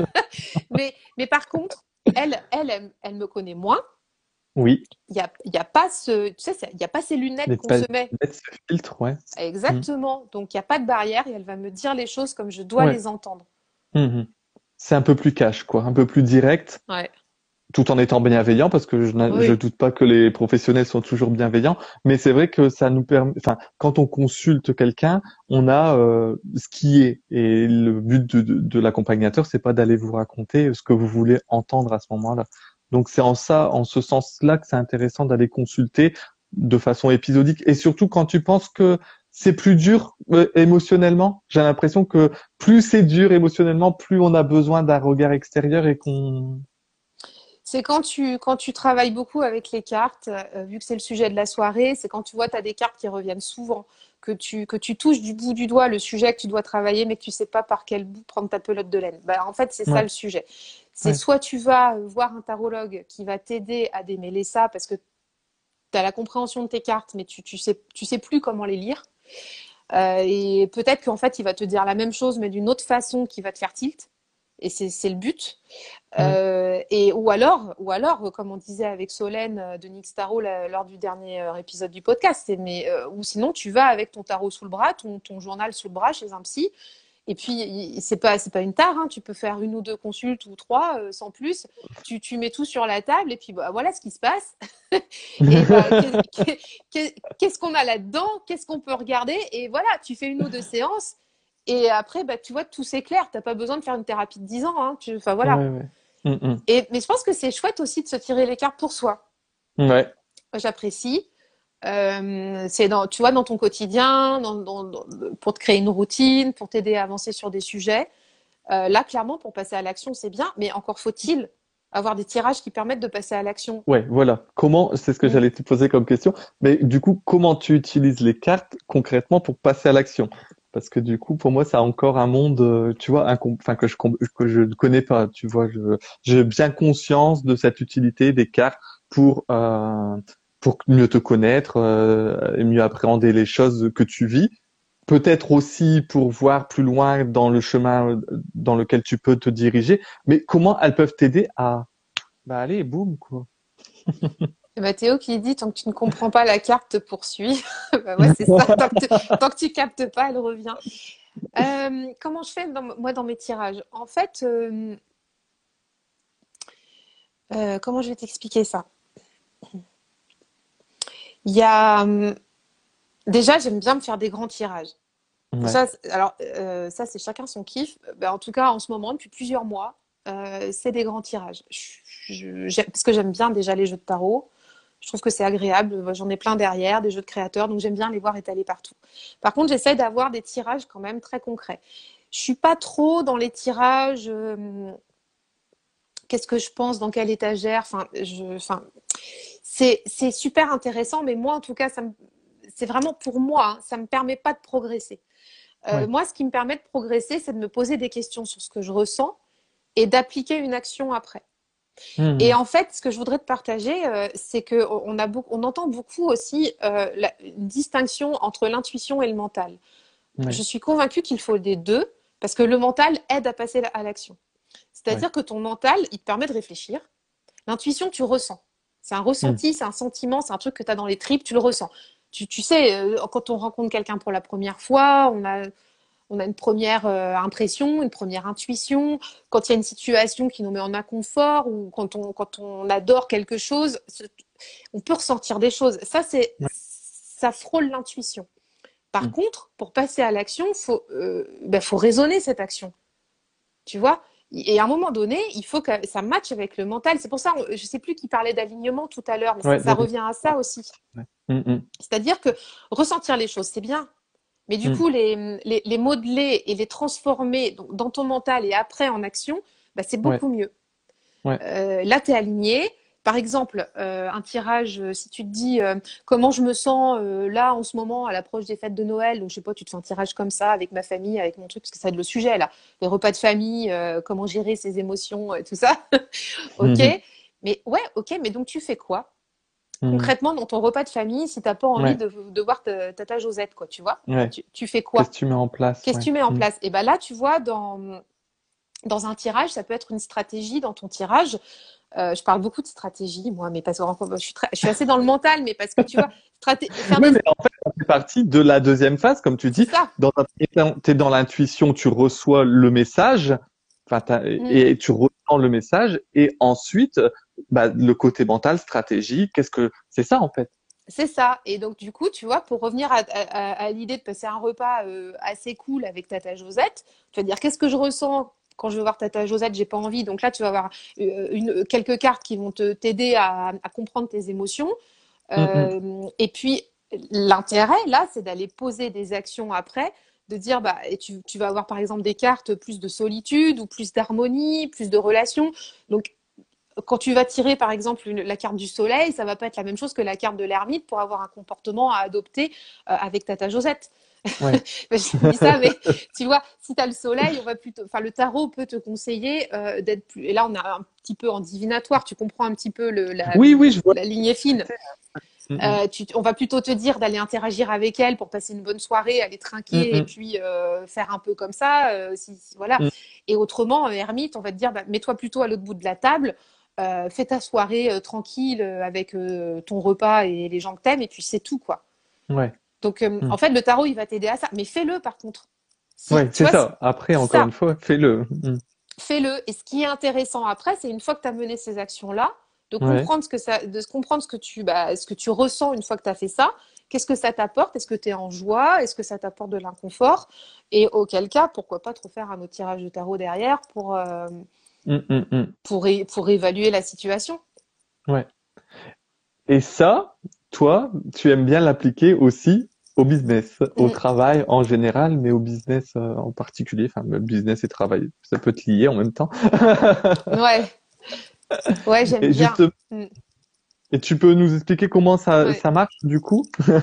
Mais mais par contre, elle, elle, elle, elle me connaît moins. Oui. Il y a, il y a pas ce, tu sais, c'est- il y a pas ces lunettes Les qu'on se palettes met. se filtrent, ouais. Mm. Exactement. Donc, il n'y a pas de barrière et elle va me dire les choses comme je dois Ouais. les entendre. Mm, mm. C'est un peu plus cash, quoi. Un peu plus direct. Ouais. Tout en étant bienveillant, parce que je, n'a- je Oui. doute pas que les professionnels sont toujours bienveillants, mais c'est vrai que ça nous permet, enfin, quand on consulte quelqu'un, on a euh, ce qui est, et le but de, de, de l'accompagnateur, c'est pas d'aller vous raconter ce que vous voulez entendre à ce moment-là. Donc c'est en ça, en ce sens-là, que c'est intéressant d'aller consulter de façon épisodique, et surtout quand tu penses que c'est plus dur euh, émotionnellement. J'ai l'impression que plus c'est dur émotionnellement, plus on a besoin d'un regard extérieur et qu'on... C'est quand tu, quand tu travailles beaucoup avec les cartes, euh, vu que c'est le sujet de la soirée, c'est quand tu vois, tu as des cartes qui reviennent souvent, que tu, que tu touches du bout du doigt le sujet que tu dois travailler, mais que tu sais pas par quel bout prendre ta pelote de laine. Bah, en fait, c'est ça Ouais, le sujet. C'est ouais. soit tu vas euh, voir un tarologue qui va t'aider à démêler ça parce que tu as la compréhension de tes cartes, mais tu, tu sais, tu sais plus comment les lire. Euh, et peut-être qu'en fait, il va te dire la même chose, mais d'une autre façon qui va te faire tilt. Et c'est, c'est le but. Ouais. Euh, et ou alors, ou alors, comme on disait avec Solène euh, de Nick Tarot la- lors du dernier euh, épisode du podcast, c'est, mais euh, ou sinon tu vas avec ton tarot sous le bras, ton, ton journal sous le bras chez un psy. Et puis il- c'est pas c'est pas une tare, hein, tu peux faire une ou deux consultes ou trois euh, sans plus. Tu, tu mets tout sur la table et puis bah, voilà ce qui se passe. Et bah qu'est- qu'est- qu'est-ce qu'on a là-dedans? Qu'est-ce qu'on peut regarder? Et voilà, tu fais une ou deux séances. Et après, bah, tu vois, tout s'éclaire. T'as pas besoin de faire une thérapie de dix ans. Hein. Tu, enfin, voilà. Ouais, ouais. Mm, Et, mais je pense que c'est chouette aussi de se tirer les cartes pour soi. mm. Ouais, J'apprécie. Euh, c'est dans, tu vois, dans ton quotidien, dans, dans, dans, pour te créer une routine, pour t'aider à avancer sur des sujets. Euh, là, clairement, pour passer à l'action, c'est bien, mais encore faut-il avoir des tirages qui permettent de passer à l'action. ouais, voilà. Comment, c'est ce que Mm. j'allais te poser comme question. Mais du coup, comment tu utilises les cartes concrètement pour passer à l'action? Parce que du coup, pour moi, c'est encore un monde, euh, tu vois, incom- enfin que je com- que je ne connais pas. Tu vois, je j'ai bien conscience de cette utilité des cartes pour euh, pour mieux te connaître euh, et mieux appréhender les choses que tu vis. Peut-être aussi pour voir plus loin dans le chemin euh, dans lequel tu peux te diriger. Mais comment elles peuvent t'aider à bah allez, boum quoi. Et bah, Théo qui dit tant que tu ne comprends pas, la carte te poursuit. Bah, ouais, c'est ça. Tant que, tu, tant que tu captes pas, elle revient. Euh, comment je fais dans, moi dans mes tirages? En fait, euh, euh, comment je vais t'expliquer ça? Il y a hum, déjà, j'aime bien me faire des grands tirages. Ouais. Ça, c'est- alors euh, ça, c'est chacun son kiff. Ben, en tout cas, en ce moment, depuis plusieurs mois, euh, c'est des grands tirages. Je- je- j'aime- parce que j'aime bien déjà les jeux de tarot. Je trouve que c'est agréable. J'en ai plein derrière, des jeux de créateurs, donc j'aime bien les voir étalés partout. Par contre, j'essaie d'avoir des tirages quand même très concrets. Je suis pas trop dans les tirages. Euh, qu'est-ce que je pense, dans quelle étagère. Enfin, je, enfin, c'est c'est super intéressant, mais moi, en tout cas, ça me, c'est vraiment pour moi. Hein, ça me permet pas de progresser. Euh, Ouais. moi, ce qui me permet de progresser, c'est de me poser des questions sur ce que je ressens et d'appliquer une action après. Et Mhm. en fait, ce que je voudrais te partager, euh, c'est que on a beaucoup, on entend beaucoup aussi euh, la une distinction entre l'intuition et le mental. Je Ouais. suis convaincue qu'il faut les deux parce que le mental aide à passer à l'action. Ouais. C'est-à-dire que ton mental, il te permet de réfléchir. L'intuition, tu ressens. C'est un Mhm. ressenti, c'est un sentiment, c'est un truc que tu as dans les tripes, tu le ressens. Tu, tu sais, euh, quand on rencontre quelqu'un pour la première fois, on a on a une première euh, impression, une première intuition. Quand il y a une situation qui nous met en inconfort ou quand on, quand on adore quelque chose, on peut ressentir des choses. Ça, c'est, Ouais. ça frôle l'intuition. Par Mhm. contre, pour passer à l'action, il faut, euh, ben, faut raisonner cette action. Tu vois. Et à un moment donné, il faut que ça matche avec le mental. C'est pour ça, je ne sais plus qui parlait d'alignement tout à l'heure, mais ça, Ouais, ça d'aller- revient à ça aussi. ouais. Mhm. C'est-à-dire que ressentir les choses, c'est bien. Mais du Mhm. coup, les, les, les modeler et les transformer donc, dans ton mental et après en action, bah, c'est Ouais. beaucoup mieux. Ouais. Euh, là, tu es aligné. Par exemple, euh, un tirage, euh, si tu te dis euh, comment je me sens euh, là en ce moment à l'approche des fêtes de Noël, donc je sais pas, tu te fais un tirage comme ça avec ma famille, avec mon truc, parce que ça va être le sujet là, les repas de famille, euh, comment gérer ses émotions et tout ça. Ok, Mhm. mais ouais, ok, mais donc tu fais quoi Mhm. concrètement dans ton repas de famille si t'as pas envie Ouais. de, de voir ta, tata Josette, quoi, tu vois? Ouais. Tu, tu fais Qu'est-ce quoi? que tu mets en place? Qu'est-ce que Ouais. tu mets en Mhm. place? Et ben là, tu vois, dans, dans un tirage, ça peut être une stratégie dans ton tirage. Euh, je parle beaucoup de stratégie, moi, mais parce que je suis, très, je suis assez dans le mental, mais parce que tu vois, straté- faire Oui, des. mais en fait, ça fait partie de la deuxième phase, comme tu C'est dis. ça. Dans un premier temps, t'es dans l'intuition, tu reçois le message, enfin, t'as- Mm. et tu ressens le message, et ensuite, bah, le côté mental, stratégie, qu'est-ce que c'est ça en fait? C'est ça. Et donc, du coup, tu vois, pour revenir à, à, à l'idée de passer un repas euh, assez cool avec Tata Josette, tu vas dire qu'est-ce que je ressens quand je vais voir Tata Josette, j'ai pas envie. Donc là, tu vas avoir euh, une, quelques cartes qui vont te t'aider à, à comprendre tes émotions. Mhm. Euh, et puis, l'intérêt, là, c'est d'aller poser des actions après, de dire, bah, et tu, tu vas avoir par exemple des cartes plus de solitude ou plus d'harmonie, plus de relations. Donc, quand tu vas tirer par exemple une, la carte du soleil, ça va pas être la même chose que la carte de l'ermite pour avoir un comportement à adopter euh, avec Tata Josette. Ouais. Je dis ça, mais tu vois, si tu as le soleil, on va plutôt, enfin, le tarot peut te conseiller euh, d'être plus. Et là, on a un petit peu en divinatoire, tu comprends un petit peu le, la, Oui, oui, je vois. la lignée fine. Mhm. Euh, tu, on va plutôt te dire d'aller interagir avec elle pour passer une bonne soirée, aller trinquer et Mhm. puis euh, faire un peu comme ça. Euh, si, si- voilà. Mhm. Et autrement, euh, ermite, on va te dire, bah, mets-toi plutôt à l'autre bout de la table, euh, fais ta soirée euh, tranquille euh, avec euh, ton repas et les gens que t'aimes, et puis c'est tout, quoi. Ouais. Donc, euh, en Mhm. fait, le tarot, il va t'aider à ça. Mais fais-le, par contre. Si, Ouais, tu c'est vois, ça. Après, c'est encore une ça. fois, fais-le. Mhm. Fais-le. Et ce qui est intéressant après, c'est une fois que tu as mené ces actions-là, de Ouais. comprendre ce que ça, de comprendre ce que tu, bah, ce que tu ressens une fois que tu as fait ça. Qu'est-ce que ça t'apporte? Est-ce que tu es en joie? Est-ce que ça t'apporte de l'inconfort? Et auquel cas, pourquoi pas te refaire un autre tirage de tarot derrière pour, euh, Mhm, mhm, mhm. pour, é- pour évaluer la situation. Ouais. Et ça, toi, tu aimes bien l'appliquer aussi au business, au Mm. travail en général, mais au business euh, en particulier. Enfin, le business et travail, ça peut te lier en même temps. Ouais, ouais, j'aime Et bien. juste, Mm. et tu peux nous expliquer comment ça, Ouais. ça marche du coup?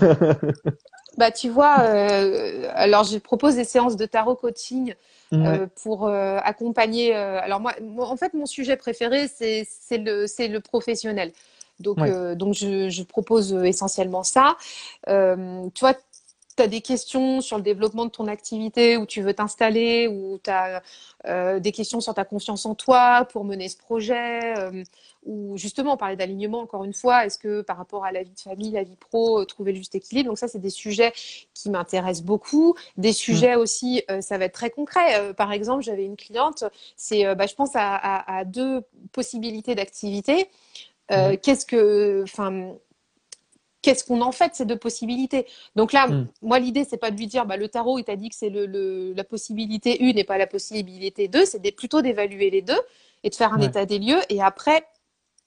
Bah, tu vois, euh, alors je propose des séances de tarot coaching Ouais, euh, pour euh, accompagner. Euh, alors moi, moi, en fait, mon sujet préféré, c'est c'est le c'est le professionnel. Donc ouais, euh, donc je, je propose euh, essentiellement ça. Euh, tu vois, tu as des questions sur le développement de ton activité, où tu veux t'installer, ou tu as euh, des questions sur ta confiance en toi pour mener ce projet, euh, ou justement parler d'alignement, encore une fois, est-ce que par rapport à la vie de famille, la vie pro, euh, trouver le juste équilibre. Donc ça, c'est des sujets qui m'intéressent beaucoup. Des mm, sujets aussi, euh, ça va être très concret. Euh, par exemple, j'avais une cliente, c'est, euh, bah, je pense à, à, à deux possibilités d'activité. Euh, ouais, qu'est-ce que, enfin, qu'est-ce qu'on en fait de ces deux possibilités? Donc là, mm, moi, l'idée, c'est pas de lui dire, bah, le tarot, il t'a dit que c'est le, le, la possibilité une et pas la possibilité deux, c'est plutôt d'évaluer les deux et de faire un ouais, état des lieux. Et après,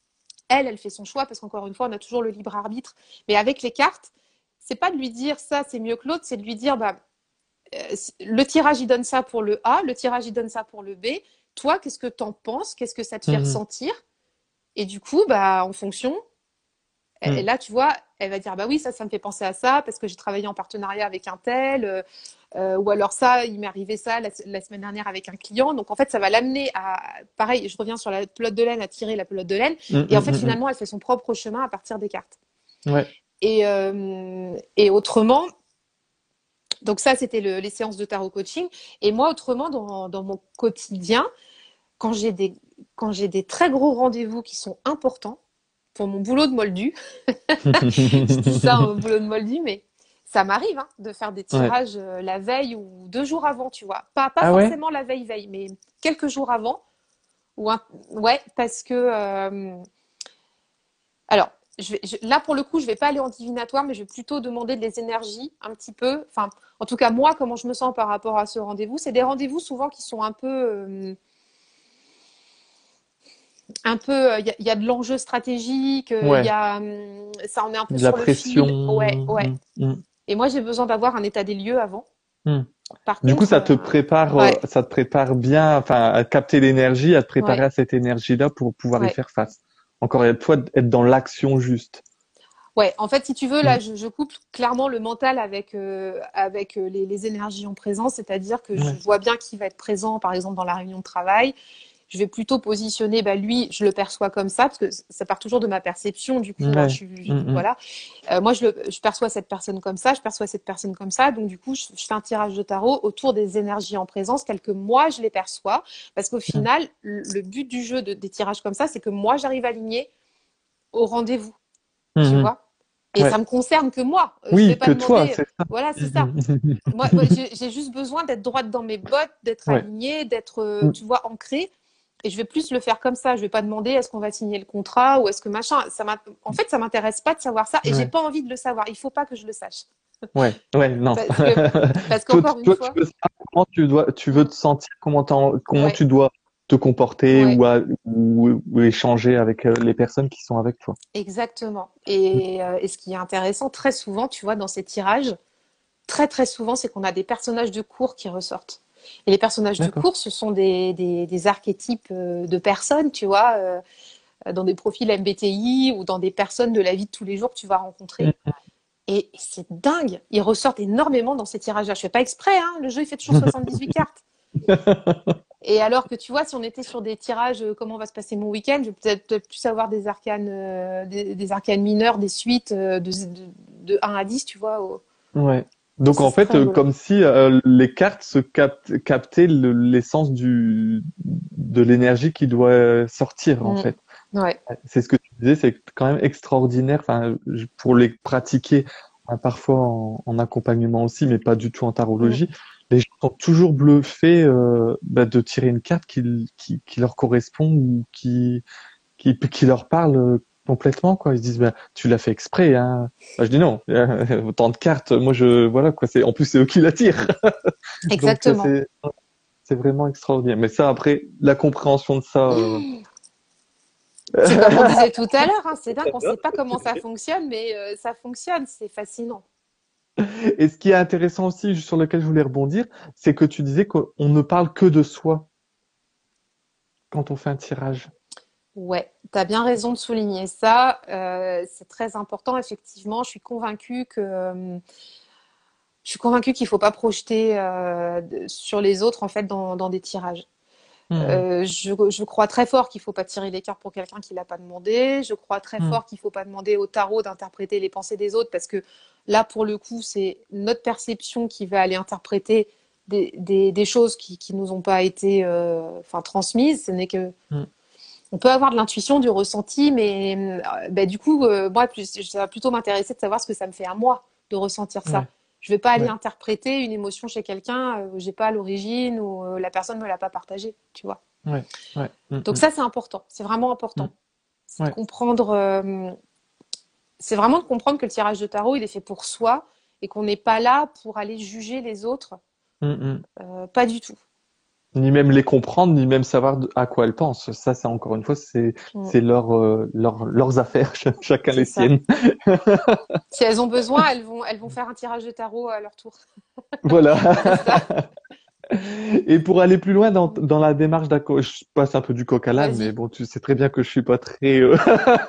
elle, elle fait son choix parce qu'encore une fois, on a toujours le libre arbitre. Mais avec les cartes, c'est pas de lui dire ça, c'est mieux que l'autre, c'est de lui dire, bah, euh, le tirage, il donne ça pour le A, le tirage, il donne ça pour le B. Toi, qu'est-ce que t'en penses? Qu'est-ce que ça te fait Mhm. ressentir? Et du coup, bah, en fonction, et Mhm. là, tu vois, elle va dire, bah oui, ça, ça me fait penser à ça parce que j'ai travaillé en partenariat avec un tel, euh, euh, ou alors ça, il m'est arrivé ça la, la semaine dernière avec un client. Donc, en fait, ça va l'amener à, pareil, je reviens sur la pelote de laine, à tirer la pelote de laine. Mhm. Et en fait, Mhm. Mhm. finalement, elle fait son propre chemin à partir des cartes. Ouais. Et, euh, et autrement, donc ça, c'était le, les séances de tarot coaching. Et moi, autrement, dans, dans mon quotidien, quand j'ai des, quand j'ai des très gros rendez-vous qui sont importants pour mon boulot de moldu, je dis ça, un boulot de moldu, mais ça m'arrive hein, de faire des Ouais. tirages euh, la veille ou deux jours avant, tu vois. Pas, pas Ah ouais? forcément la veille-veille, mais quelques jours avant. Ou un... Ouais, parce que... euh, Alors, je vais, je- là, pour le coup, je vais pas aller en divinatoire, mais je vais plutôt demander des énergies un petit peu. Enfin, en tout cas, moi, comment je me sens par rapport à ce rendez-vous. C'est des rendez-vous souvent qui sont un peu... euh, un peu, il y, a- y a de l'enjeu stratégique, il y Ouais. a, hum, ça on est un peu De la sur le fil. Ouais, pression. ouais. Mhm. Mhm. Et moi, j'ai besoin d'avoir un état des lieux avant. Mhm. Par Du coup, contre, ça te euh, prépare, euh, ouais, ça te prépare bien, enfin, à capter l'énergie, à te préparer ouais, à cette énergie-là pour pouvoir y ouais, faire face. Encore une fois, être dans l'action juste. ouais. En fait, si tu veux, là, Mhm. je, je couple clairement le mental avec euh, avec euh, les, les énergies en présence, c'est-à-dire que je Ouais. vois bien qui va être présent, par exemple, dans la réunion de travail. Je vais plutôt positionner, bah lui, je le perçois comme ça, parce que ça part toujours de ma perception, du coup, hein, je Ouais. suis, je- Mhm. voilà. Euh, moi, je, le, je perçois cette personne comme ça, je perçois cette personne comme ça, donc du coup, je, je fais un tirage de tarot autour des énergies en présence, telles que moi, je les perçois, parce qu'au Mhm. final, le, le but du jeu de, des tirages comme ça, c'est que moi, j'arrive à aligner au rendez-vous, tu Mhm. vois. Et ça Ouais. me concerne que moi. Euh, Je vais Oui, pas que toi, demander, c'est ça. voilà, c'est ça. Mhm. Moi, moi j'ai j'ai juste besoin d'être droite dans mes bottes, d'être Ouais. alignée, d'être, euh, Mhm. tu vois, ancrée. Et je vais plus le faire comme ça. Je vais pas demander est-ce qu'on va signer le contrat ou est-ce que machin. Ça m'a- en fait, ça m'intéresse pas de savoir ça et j'ai Ouais. pas envie de le savoir. Il faut pas que je le sache. Ouais. Ouais. Non. Parce que, parce Toi, qu'encore une toi, tu fois, veux savoir comment tu dois, tu veux mm, te sentir, comment t'en- comment ouais, tu dois te comporter ouais, ou, à- ou, ou échanger avec euh, les personnes qui sont avec toi. exactement. Et, euh, et ce qui est intéressant, très souvent, tu vois, dans ces tirages, très très souvent, c'est qu'on a des personnages de cours qui ressortent. Et les personnages de D'accord. cours, ce sont des, des, des archétypes euh, de personnes, tu vois, euh, dans des profils M B T I ou dans des personnes de la vie de tous les jours que tu vas rencontrer. Et c'est dingue, ils ressortent énormément dans ces tirages-là. Je fais pas exprès, hein, le jeu il fait toujours soixante-dix-huit cartes. Et alors que tu vois, si on était sur des tirages, euh, comment va se passer mon week-end, je vais peut-être peut plus avoir des arcanes, euh, des, des arcanes mineurs, des suites euh, de, de, de un à dix, tu vois. Au... Ouais. Et Donc ça, en c'est très fait, euh, rigolo. comme si euh, les cartes se captent, captaient le- l'essence du de l'énergie qui doit sortir en Mm. fait. Ouais. C'est ce que tu disais, c'est quand même extraordinaire. Enfin, je- pour les pratiquer hein, parfois en, en accompagnement aussi, mais pas du tout en Mm. tarologie. Les gens sont toujours bluffés euh, bah, de tirer une carte qui, qui, qui leur correspond ou qui qui, qui leur parle euh, complètement, quoi. Ils se disent, bah, tu l'as fait exprès, hein. Bah, je dis non, autant de cartes, moi je, voilà, quoi. C'est, en plus, c'est eux qui la tirent. Donc, euh, Exactement. c'est, c'est vraiment extraordinaire. Mais ça, après, la compréhension de ça, euh, C'est comme on disait tout à l'heure, hein, c'est dingue, on ne sait pas comment ça fonctionne, mais euh, ça fonctionne, c'est fascinant. Et ce qui est intéressant aussi, sur lequel je voulais rebondir, c'est que tu disais qu'on ne parle que de soi quand on fait un tirage. Ouais, tu as bien raison de souligner ça. Euh, c'est très important, effectivement. Je suis convaincue que euh, je suis convaincue qu'il faut pas projeter euh, de- sur les autres en fait dans, dans des tirages. Mhm. Euh, je, je crois très fort qu'il faut pas tirer les cartes pour quelqu'un qui l'a pas demandé. Je crois très Mhm. fort qu'il faut pas demander au tarot d'interpréter les pensées des autres parce que là, pour le coup, c'est notre perception qui va aller interpréter des, des, des choses qui, qui nous ont pas été euh, enfin transmises. Ce n'est que Mhm. on peut avoir de l'intuition, du ressenti, mais euh, bah, du coup, euh, moi, plus, ça va plutôt m'intéresser de savoir ce que ça me fait à moi de ressentir ça. Ouais, Je vais pas aller ouais, interpréter une émotion chez quelqu'un euh, où j'ai pas à l'origine ou euh, la personne me l'a pas partagée, tu vois. ouais, ouais. Donc Mhm. ça, c'est important. C'est vraiment Mhm. important. C'est de Ouais, comprendre. euh, c'est vraiment de comprendre que le tirage de tarot, il est fait pour soi et qu'on n'est pas là pour aller juger les autres. Mhm. Euh, pas du tout. Ni même les comprendre, ni même savoir de- à quoi elles pensent. Ça, c'est encore une fois, c'est Mm. c'est leur, euh, leur leurs affaires, ch- chacun C'est les ça. siennes. Si elles ont besoin, elles vont, elles vont faire un tirage de tarot à leur tour. Voilà. C'est ça. Et pour aller plus loin dans, Mm. dans la démarche d'accord, je passe un peu du coq à l'âne, mais Vas-y. bon, tu sais très bien que je suis pas très. euh,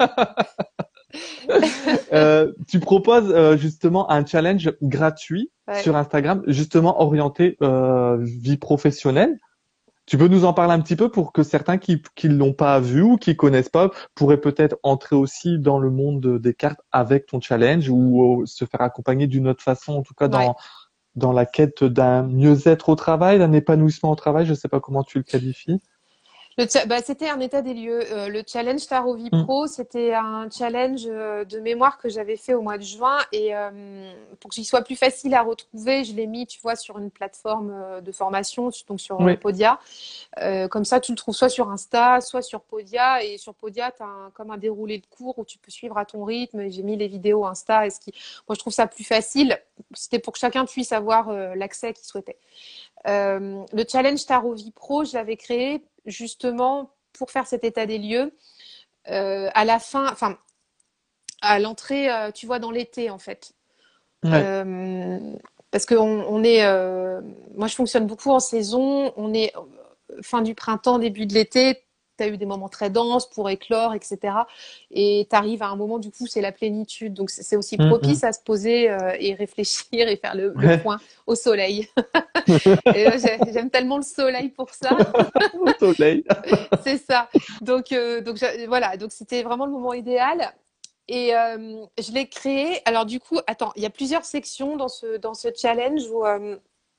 euh, tu proposes euh, justement un challenge gratuit Ouais. sur Instagram, justement orienté euh, vie professionnelle. Tu peux nous en parler un petit peu pour que certains qui qui l'ont pas vu ou qui connaissent pas pourraient peut-être entrer aussi dans le monde des cartes avec ton challenge ou euh, se faire accompagner d'une autre façon, en tout cas Ouais. dans dans la quête d'un mieux-être au travail, d'un épanouissement au travail. Je sais pas comment tu le qualifies. Le cha- bah, c'était un état des lieux. Euh, le challenge Tarot Vie Mm. Pro, c'était un challenge euh, de mémoire que j'avais fait au mois de juin. Et euh, pour que j'y soit plus facile à retrouver, je l'ai mis, tu vois, sur une plateforme euh, de formation, donc sur euh, Oui. Podia. Euh, comme ça, tu le trouves soit sur Insta, soit sur Podia. Et sur Podia, tu as comme un déroulé de cours où tu peux suivre à ton rythme. Et j'ai mis les vidéos Insta. Et ce qui... Moi, je trouve ça plus facile. C'était pour que chacun puisse avoir euh, l'accès qu'il souhaitait. Euh, le challenge Tarot Vie Pro, je l'avais créé justement pour faire cet état des lieux. Euh, à la fin, enfin, à l'entrée, euh, tu vois, dans l'été, en fait. Ouais. Euh, parce que on, on est, euh, moi, je fonctionne beaucoup en saison. On est euh, fin du printemps, début de l'été. Tu as eu des moments très denses pour éclore, et cetera. Et tu arrives à un moment, du coup, c'est la plénitude. Donc, c'est aussi Mm, mm. propice à se poser euh, et réfléchir et faire le, le Ouais. point au soleil. Et là, j'aime tellement le soleil pour ça. Au soleil. C'est ça. Donc, euh, donc voilà. Donc, c'était vraiment le moment idéal. Et euh, je l'ai créé. Alors, du coup, attends, il y a plusieurs sections dans ce, dans ce challenge où euh,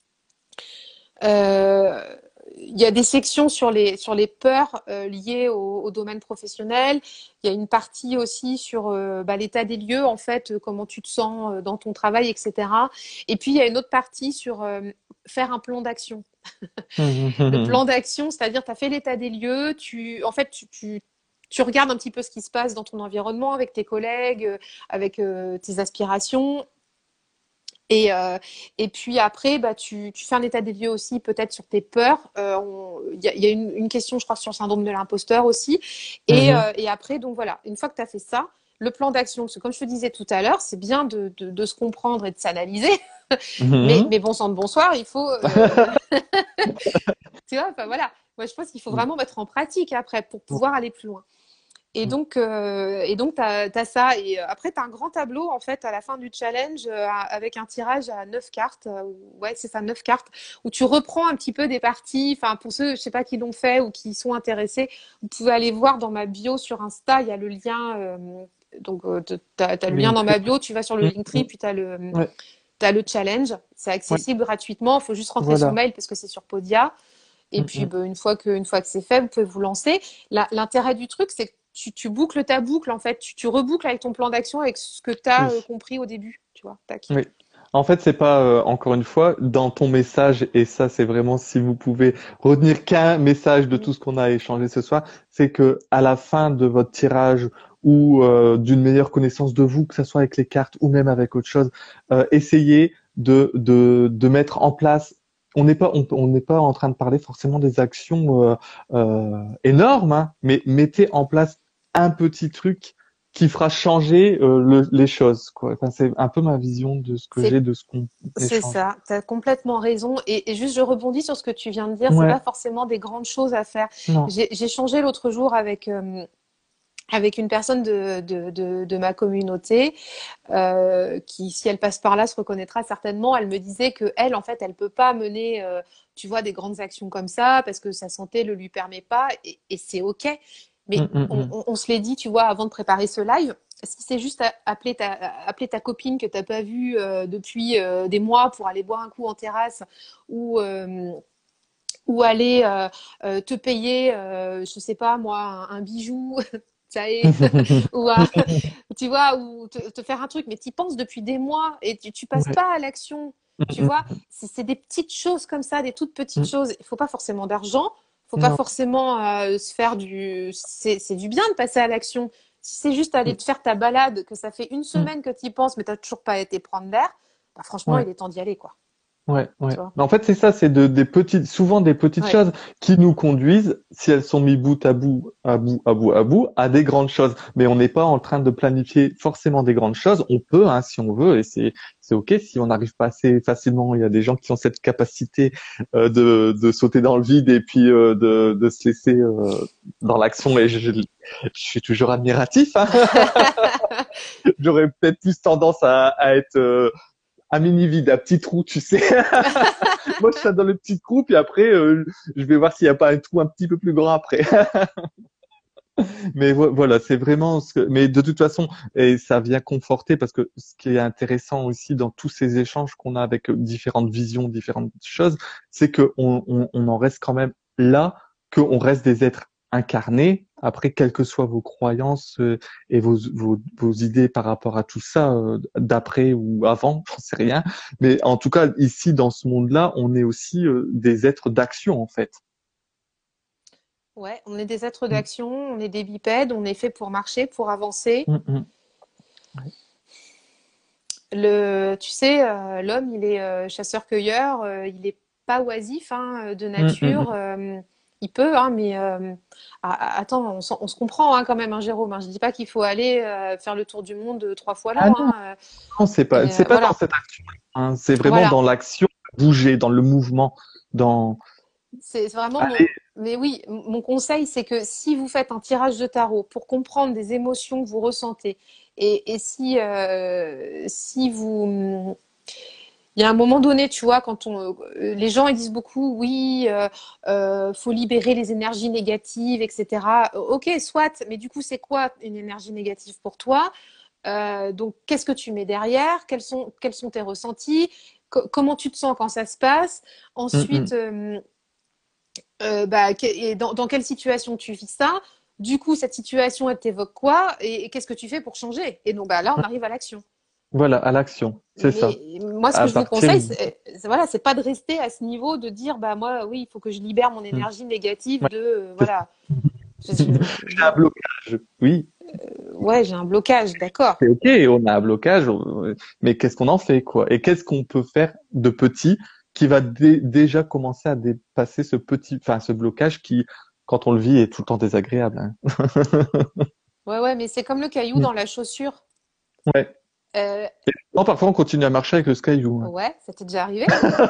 euh, il y a des sections sur les, sur les peurs euh, liées au, au domaine professionnel. Il y a une partie aussi sur euh, bah, l'état des lieux, en fait, euh, comment tu te sens euh, dans ton travail, et cetera. Et puis, il y a une autre partie sur euh, faire un plan d'action. Mm, mm, Le mm. plan d'action, c'est-à-dire tu as fait l'état des lieux, tu, en fait, tu, tu, tu regardes un petit peu ce qui se passe dans ton environnement avec tes collègues, euh, avec euh, tes aspirations. Et, euh, et puis après, bah, tu, tu fais un état des lieux aussi, peut-être sur tes peurs. Il euh, on- y, a, y a une, une question, je crois, sur le syndrome de l'imposteur aussi. Et, Mhm. euh, et après, donc voilà, une fois que tu as fait ça, le plan d'action, parce que comme je te disais tout à l'heure, c'est bien de, de, de se comprendre et de s'analyser, mais, Mhm. mais bon sang de bonsoir, il faut, euh, tu vois, enfin voilà. Moi, je pense qu'il faut vraiment mettre en pratique après pour pouvoir aller plus loin. Et donc, euh, et donc, t'as, t'as ça. Et euh, après, t'as un grand tableau en fait à la fin du challenge euh, avec un tirage à neuf cartes. Euh, ouais, c'est ça, neuf cartes où tu reprends un petit peu des parties. Enfin, pour ceux, je sais pas qui l'ont fait ou qui sont intéressés, vous pouvez aller voir dans ma bio sur Insta. Il y a le lien. Euh, donc, euh, t'as, t'as le lien dans Linktree. ma bio. Tu vas sur le Mm, Linktree, mm. puis t'as le Ouais. t'as le challenge. C'est Ouais. accessible gratuitement. Il faut juste rentrer son Voilà. mail parce que c'est sur Podia. Et Mm, puis, mm. bah, une fois que, une fois que c'est fait, vous pouvez vous lancer. La- l'intérêt du truc, c'est que tu, tu boucles ta boucle, en fait. Tu, tu reboucles avec ton plan d'action, avec ce que tu as Oui. euh, compris au début. Tu vois, tac. Oui. En fait, c'est pas euh, encore une fois dans ton message, et ça, c'est vraiment si vous pouvez retenir qu'un message de Mm. tout ce qu'on a échangé ce soir, c'est que à la fin de votre tirage ou euh, d'une meilleure connaissance de vous, que ce soit avec les cartes ou même avec autre chose, euh, essayez de, de de mettre en place. On n'est pas on, on n'est pas en train de parler forcément des actions euh, euh, énormes, hein, mais mettez en place un petit truc qui fera changer euh, le- les choses, quoi. Enfin, c'est un peu ma vision de ce que C'est, j'ai de ce qu'on c'est échange. ça. Tu as complètement raison. Et, et juste, je rebondis sur ce que tu viens de dire. C'est pas Ouais, forcément des grandes choses à faire. non. J'ai, j'ai changé l'autre jour avec, euh, avec une personne de, de, de, de ma communauté euh, qui, si elle passe par là, se reconnaîtra certainement. Elle me disait que elle, en fait, elle peut pas mener, euh, tu vois, des grandes actions comme ça parce que sa santé le lui permet pas, et, et c'est ok. Hum, Mais hum, on, hum. on, on se l'est dit, tu vois, avant de préparer ce live. Si c'est juste à- appeler ta, appeler ta copine que t'as pas vue euh, depuis euh, des mois pour aller boire un coup en terrasse ou euh, ou aller euh, euh, te payer, euh, je sais pas moi, un, un bijou, ça est, ou un, tu vois, ou te, te faire un truc, mais tu y penses depuis des mois et tu, tu passes Ouais. pas à l'action, tu Hum, vois. hum, C'est c'est des petites choses comme ça, des toutes petites hum. choses. Il faut pas forcément d'argent, faut pas Non. forcément euh, se faire du. C'est c'est du bien de passer à l'action. Si c'est juste aller Hum, te faire ta balade, que ça fait une hum. semaine que tu y penses, mais t'as toujours pas été prendre l'air, bah franchement, Ouais. il est temps d'y aller, quoi. Ouais, tu ouais. vois. Mais en fait, c'est ça, c'est de, des petites, souvent des petites Ouais, choses qui nous conduisent, si elles sont mises bout à bout, à bout, à bout, à bout, à des grandes choses. Mais on n'est pas en train de planifier forcément des grandes choses. On peut, hein, si on veut, et c'est, c'est OK si on n'arrive pas assez facilement. Il y a des gens qui ont cette capacité euh, de, de sauter dans le vide et puis euh, de, de se laisser euh, dans l'action. Et je, je, je suis toujours admiratif, hein. J'aurais peut-être plus tendance à, à être euh, un mini vide, un petit trou, tu sais. Moi, je suis dans le petit trou, puis après, euh, je vais voir s'il n'y a pas un trou un petit peu plus grand après. Mais vo- voilà, c'est vraiment ce que... Mais de toute façon, et ça vient conforter parce que ce qui est intéressant aussi dans tous ces échanges qu'on a avec différentes visions, différentes choses, c'est que on, on, on en reste quand même là, qu'on reste des êtres incarnés. Après, quelles que soient vos croyances euh, et vos, vos, vos idées par rapport à tout ça, euh, d'après ou avant, j'en sais rien. Mais en tout cas, ici, dans ce monde-là, on est aussi euh, des êtres d'action, en fait. ouais, on est des êtres Mm, d'action, on est des bipèdes, on est fait pour marcher, pour avancer. mm, mm. Ouais. Le, tu sais, euh, l'homme, il est euh, chasseur-cueilleur, euh, il est pas oisif hein, de Mm, mm, nature. euh, il peut, hein, mais euh, ah, ah, attends, on, s'en- on se comprend hein, quand même, hein, Jérôme. Hein, je dis pas qu'il faut aller euh, faire le tour du monde euh, trois fois ah l'an. non, Hein, euh, non, c'est pas, et c'est euh, pas dans voilà, cette action, hein. C'est vraiment voilà. dans l'action, bouger, dans le mouvement, dans, C'est vraiment mon. allez, Mais oui, m- mon conseil, c'est que si vous faites un tirage de tarot pour comprendre des émotions que vous ressentez, et, et si, euh, si vous, il y a un moment donné, tu vois, quand on, euh, les gens ils disent beaucoup, oui, euh, euh, faut libérer les énergies négatives, et cetera. Euh, Ok, soit, mais du coup, c'est quoi une énergie négative pour toi? Euh, donc, qu'est-ce que tu mets derrière? Quels sont, quels sont tes ressentis? Co- comment tu te sens quand ça se passe? mm, Ensuite, mm, euh, euh, bah, que- et dans, dans quelle situation tu vis ça? Du coup, cette situation, elle t'évoque quoi? Et, et qu'est-ce que tu fais pour changer? Et donc, bah, là, on mm. arrive à l'action. Voilà, à l'action, c'est ça. Mais moi, ce que À je vous partir, conseille, c'est c'est- voilà, c'est pas de rester à ce niveau de dire, bah moi, oui, il faut que je libère mon mm, énergie négative ouais, de, euh, c'est ça. voilà, Je- je- J'ai un blocage, oui, ouais, j'ai un blocage, d'accord. c'est OK, on a un blocage, on- mais qu'est-ce qu'on en fait, quoi? Et qu'est-ce qu'on peut faire de petit qui va dé- déjà commencer à dépasser ce petit, enfin, ce blocage qui, quand on le vit, est tout le temps désagréable, hein. Ouais, ouais, mais c'est comme le caillou Mm. dans la chaussure. Ouais. Euh, Non, parfois on continue à marcher avec le Skyview, hein. ouais, ça t'est déjà arrivé?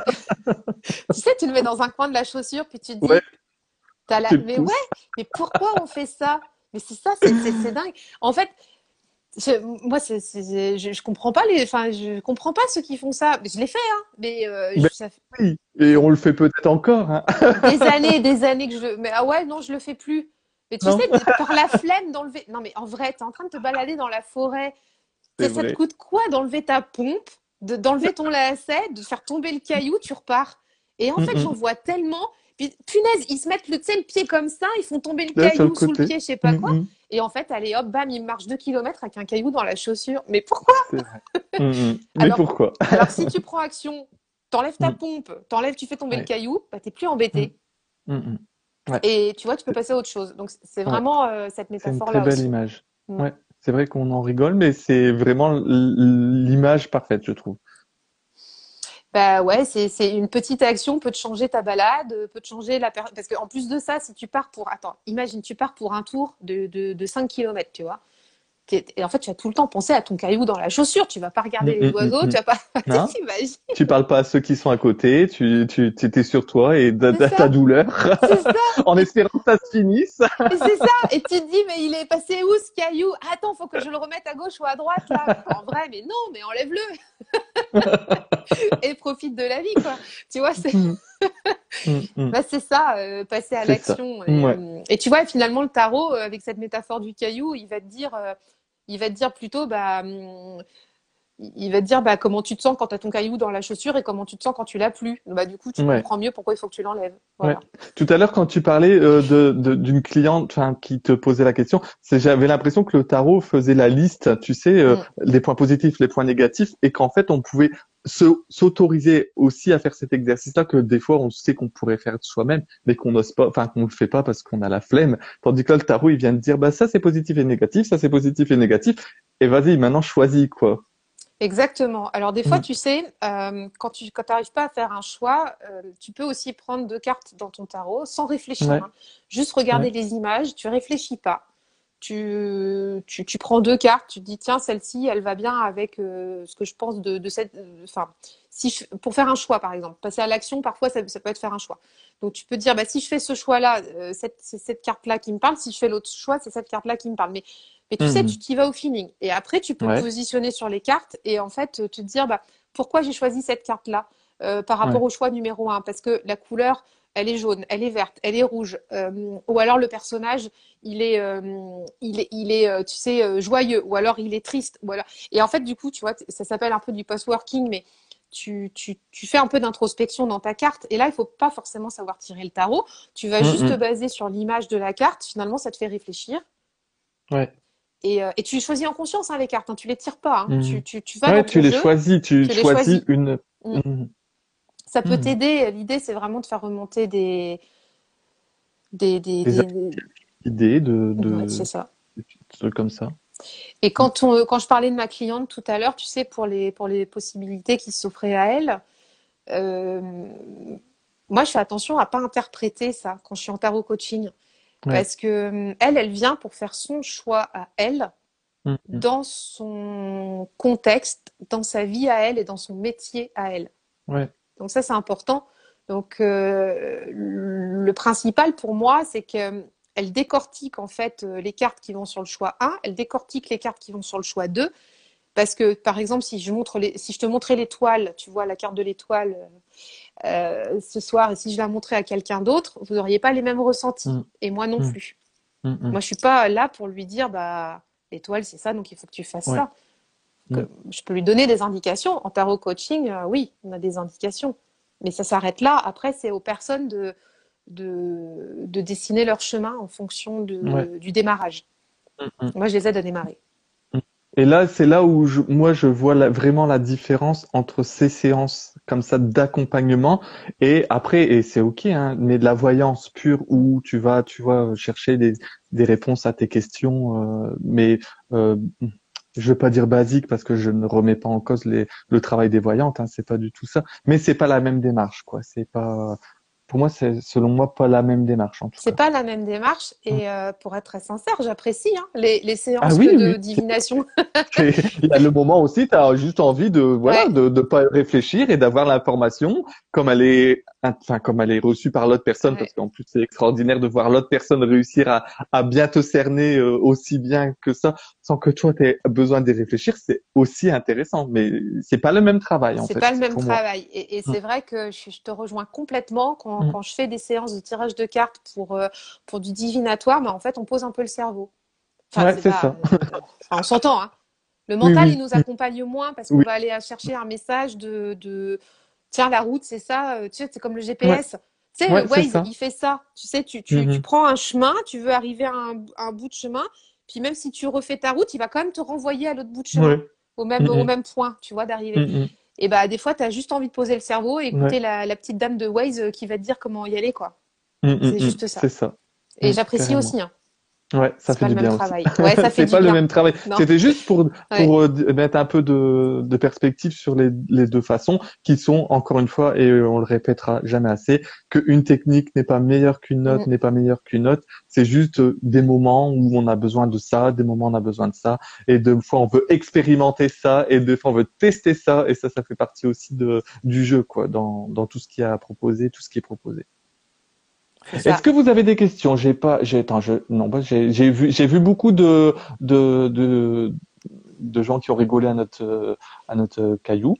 Tu sais, tu le mets dans un coin de la chaussure, puis tu te Ouais, dis, t'as la... tu le mais ouais, pousses. mais pourquoi on fait ça? Mais c'est ça, c'est c'est- c'est dingue. En fait, je- moi, c'est, c'est- je, je comprends pas les, enfin, je comprends pas ceux qui font ça. Mais je l'ai fait, hein. Mais euh, Ben je- ça oui, et on le fait peut-être encore, hein. des années et des années que je le. Mais ah ouais, non, je le fais plus. Mais tu Non, sais, t- par la flemme d'enlever. Non, mais en vrai, t'es en train de te balader dans la forêt. c'est Ça, ça te vrai. coûte quoi d'enlever ta pompe, de, d'enlever ton lacet, de faire tomber le caillou, tu repars. Et en Mm, fait, j'en mm. vois tellement. Puis, punaise, ils se mettent le, tu sais, le pied comme ça, ils font tomber le Là, sur le caillou sous le côté. pied, je sais pas Mm, quoi. mm. Et en fait, allez hop, bam, ils marchent deux kilomètres avec un caillou dans la chaussure. Mais pourquoi? C'est vrai. Mm, mm. Mais Alors, pourquoi? alors, si tu prends action, t'enlèves ta Mm. pompe, t'enlèves, tu fais tomber le Ouais. caillou, bah, t'es plus Mm, embêté. mm, mm. Ouais. Et tu vois, tu peux C'est passer à autre chose. Donc, c'est ouais. vraiment euh, cette C'est une très métaphore-là belle aussi. image. Mm. Ouais. C'est vrai qu'on en rigole, mais c'est vraiment l- l'image parfaite, je trouve. Bah ouais, c'est, c'est une petite action peut te changer ta balade, euh, peut te changer la per... Parce qu'en plus de ça, si tu pars pour... Attends, imagine, tu pars pour un tour de, de, de cinq kilomètres, tu vois. T'es- Et en fait, tu vas tout le temps penser à ton caillou dans la chaussure. Tu vas pas Mm, regarder les mm, mm, oiseaux, tu mm. vas pas... Hein? T'imagines? Tu parles pas à ceux qui sont à côté, tu, tu, tu t'es sur toi et ta, C'est ta, ta ça, douleur, c'est ça. en Et, espérant que ça se finisse. et c'est ça. Et tu te dis, mais il est passé où ce caillou? Attends, faut que je le remette à gauche ou à droite, là. En vrai, mais non, mais enlève-le et profite de la vie, quoi. Tu vois, c'est... Mm, mm, mm. Bah, c'est ça, euh, passer à C'est ça. l'action. Et, Ouais. euh, et tu vois, finalement, le tarot, euh, avec cette métaphore du caillou, il va te dire, euh, il va te dire plutôt, bah, hum, il va te dire bah, comment tu te sens quand tu as ton caillou dans la chaussure et comment tu te sens quand tu l'as plus. Bah, du coup, tu Ouais. comprends mieux pourquoi il faut que tu l'enlèves. Ouais. Voilà. Tout à l'heure, quand tu parlais euh, de, de- d'une cliente, enfin, qui te posait la question, c'est, j'avais l'impression que le tarot faisait la liste, tu sais, euh, Mm. les points positifs, les points négatifs, et qu'en fait, on pouvait se, s'autoriser aussi à faire cet exercice-là que des fois, on sait qu'on pourrait faire soi-même, mais qu'on n'ose pas, enfin, qu'on le fait pas parce qu'on a la flemme. Tandis que là, le tarot, il vient de dire, bah ça, c'est positif et négatif, ça, c'est positif et négatif, et vas-y, maintenant, choisis, quoi. Exactement. Alors des fois, Mm. tu sais, euh, quand tu quand t'arrives pas à faire un choix, euh, tu peux aussi prendre deux cartes dans ton tarot sans réfléchir, Ouais, hein. Juste regarder ouais. les images, tu réfléchis pas. Tu, tu, tu prends deux cartes, tu te dis tiens, celle-ci, elle va bien avec euh, ce que je pense de, de cette. euh, Enfin, si je- pour faire un choix, par exemple, passer à l'action, parfois ça, ça peut être faire un choix. Donc tu peux dire bah si je fais ce choix-là, euh, cette, c'est cette carte-là qui me parle. Si je fais l'autre choix, c'est cette carte-là qui me parle. Mais mais tu sais, tu Mhm. t'y vas au feeling. Et après, tu peux te Ouais, positionner sur les cartes et en fait te dire bah, pourquoi j'ai choisi cette carte-là euh, par rapport ouais. au choix numéro un. Parce que la couleur, elle est jaune, elle est verte, elle est rouge. Euh, ou alors le personnage, il est, euh, il est, il est euh, tu sais, euh, joyeux. Ou alors il est triste. Ou alors... Et en fait, du coup, tu vois, ça s'appelle un peu du post-working, mais tu, tu, tu fais un peu d'introspection dans ta carte. Et là, il faut pas forcément savoir tirer le tarot. Tu vas juste te Mhm. baser sur l'image de la carte. Finalement, ça te fait réfléchir. Ouais. Et, euh, et tu les choisis en conscience, hein, les cartes, hein, tu les tires pas, hein. Tu, Mhm. tu, tu vas dans Ouais, tu ton les jeu, choisis, tu tu les choisis choisis. une. Mm. Mhm. Ça peut Mhm. t'aider. L'idée, c'est vraiment de faire remonter des, des, des, Des des... idées de, Ouais, c'est de, ça. de trucs comme ça. Et Mhm. quand, on, quand je parlais de ma cliente tout à l'heure, tu sais, pour les, pour les possibilités qui s'offraient à elle, euh, moi, je fais attention à pas interpréter ça quand je suis en tarot coaching. Ouais. Parce que euh, elle, elle vient pour faire son choix à elle, Mhm. dans son contexte, dans sa vie à elle et dans son métier à elle. Ouais. Donc ça, c'est important. Donc euh, le principal pour moi, c'est qu'elle décortique en fait euh, les cartes qui vont sur le choix un, elle décortique les cartes qui vont sur le choix deux, parce que par exemple, si je, montre les, si je te montrais l'étoile, tu vois la carte de l'étoile euh, ce soir, et si je la montrais à quelqu'un d'autre, vous n'auriez pas les mêmes ressentis, Mhm. et moi non Mhm. plus. Mhm. Moi, je suis pas là pour lui dire, bah, l'étoile, c'est ça, donc il faut que tu fasses Ouais. ça. Que Mhm. je peux lui donner des indications. En tarot coaching, euh, oui, on a des indications. Mais ça s'arrête là. Après, c'est aux personnes de, de, de dessiner leur chemin en fonction Ouais. de, du démarrage. Mhm. Moi, je les aide à démarrer. Mhm. Et là, c'est là où je, moi, je vois la- vraiment la différence entre ces séances comme ça d'accompagnement et après, et c'est ok, hein, mais de la voyance pure où tu vas, tu vas chercher des, des réponses à tes questions, euh, mais euh, je veux pas dire basique parce que je ne remets pas en cause les, le travail des voyantes, hein, c'est pas du tout ça, mais c'est pas la même démarche, quoi. C'est pas, pour moi, c'est selon moi pas la même démarche en tout C'est cas. pas la même démarche Mm. et euh, pour être très sincère, j'apprécie hein, les, les Ah séances oui, de oui. divination. C'est- Il y a le moment aussi, tu as juste envie de voilà Ouais, de de pas réfléchir et d'avoir l'information comme elle est enfin comme elle est reçue par l'autre personne ouais. parce qu'en plus c'est extraordinaire de voir l'autre personne réussir à à bien te cerner euh, aussi bien que ça sans que toi tu aies besoin d'y réfléchir, c'est aussi intéressant mais c'est pas le même travail en C'est fait pas le même pour moi. travail. Et, et Mm, c'est vrai que je, je te rejoins complètement quand, mm. quand je fais des séances de tirage de cartes pour, euh, pour du divinatoire, mais en fait, on pose un peu le cerveau. Enfin, Ouais, c'est c'est pas. ça. euh, Enfin, on s'entend, hein. Le Oui mental, il oui. nous Mm. accompagne moins parce qu'on Oui. va aller à chercher un message de, de tiens, la route, c'est ça. euh, Tu sais, c'est comme le Ouais. G P S. Tu sais, le Ouais, c'est Waze, ça. il fait ça. Tu sais, tu, tu, tu Mhm. prends un chemin, tu veux arriver à un, un bout de chemin, puis même si tu refais ta route, il va quand même te renvoyer à l'autre bout de chemin, Ouais. au même, au Mhm. même point, tu vois, d'arriver. Mhm. Et bah, des fois, tu as juste envie de poser le cerveau et Ouais. écouter la, la petite dame de Waze euh, qui va te dire comment y aller, quoi. Mhm, C'est mhm. juste ça. C'est ça. Et Mm, j'apprécie carrément. aussi, hein. Ouais, ça C'est fait pas le du même bien aussi. travail. Ouais, ça fait C'est du pas le bien. même travail. Non. C'était juste pour Ouais. pour euh, d- mettre un peu de de perspective sur les les deux façons qui sont encore une fois et euh, on le répétera jamais assez qu'une technique n'est pas meilleure qu'une Mm. autre n'est pas meilleure qu'une autre. C'est juste euh, des moments où on a besoin de ça, des moments où on a besoin de ça et deux fois on veut expérimenter ça et deux fois on veut tester ça et ça ça fait partie aussi de du jeu quoi dans dans tout ce qui a à proposer, tout ce qui est proposé. C'est Est-ce ça. que vous avez des questions? J'ai pas, j'ai, attends, je, non, bah, j'ai, j'ai vu, j'ai vu beaucoup de, de, de, de gens qui ont rigolé à notre, euh, à notre euh, caillou,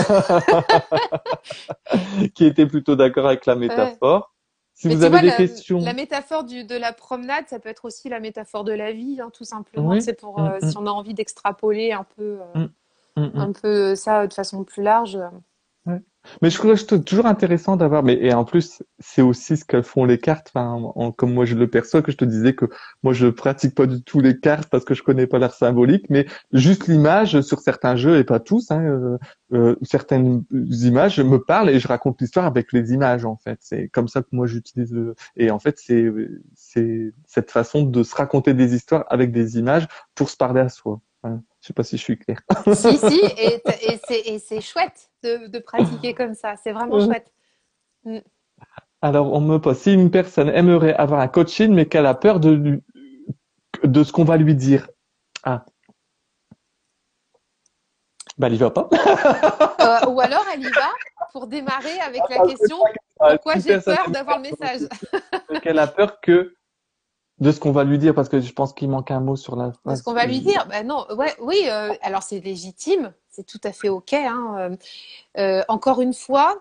qui étaient plutôt d'accord avec la Ouais. métaphore. Si Mais vous tu avez vois, des la, la questions, métaphore du, de la promenade, ça peut être aussi la métaphore de la vie, hein, tout simplement. Tu oui. sais, pour Mm, euh, mm, si on a envie d'extrapoler un peu, euh, mm, mm, mm. un peu ça de façon plus large. euh, Ouais. Mais je trouve ça toujours intéressant d'avoir, mais et en plus, c'est aussi ce que font les cartes, enfin, en- comme moi je le perçois, que je te disais que moi je pratique pas du tout les cartes parce que je connais pas leur symbolique, mais juste l'image sur certains jeux et pas tous, hein, euh, euh, certaines images me parlent et je raconte l'histoire avec les images en fait. C'est comme ça que moi j'utilise le, et en fait c'est c'est cette façon de se raconter des histoires avec des images pour se parler à soi. Hein. Je sais pas si je suis clair. Si, si, et, et c'est, et c'est chouette de, de pratiquer comme ça. C'est vraiment chouette. Mm. Alors, on me pose, si une personne aimerait avoir un coaching, mais qu'elle a peur de, lui- de ce qu'on va lui dire. Ah, bah, elle y va pas. Euh, ou alors, elle y va pour démarrer avec la question pourquoi j'ai peur d'avoir le message. Qu'elle a peur que de ce qu'on va lui dire, parce que je pense qu'il manque un mot sur la De ce phrase. qu'on va lui dire. Ben non, ouais, oui, euh, alors c'est légitime, c'est tout à fait OK. Hein. Euh, euh, encore une fois,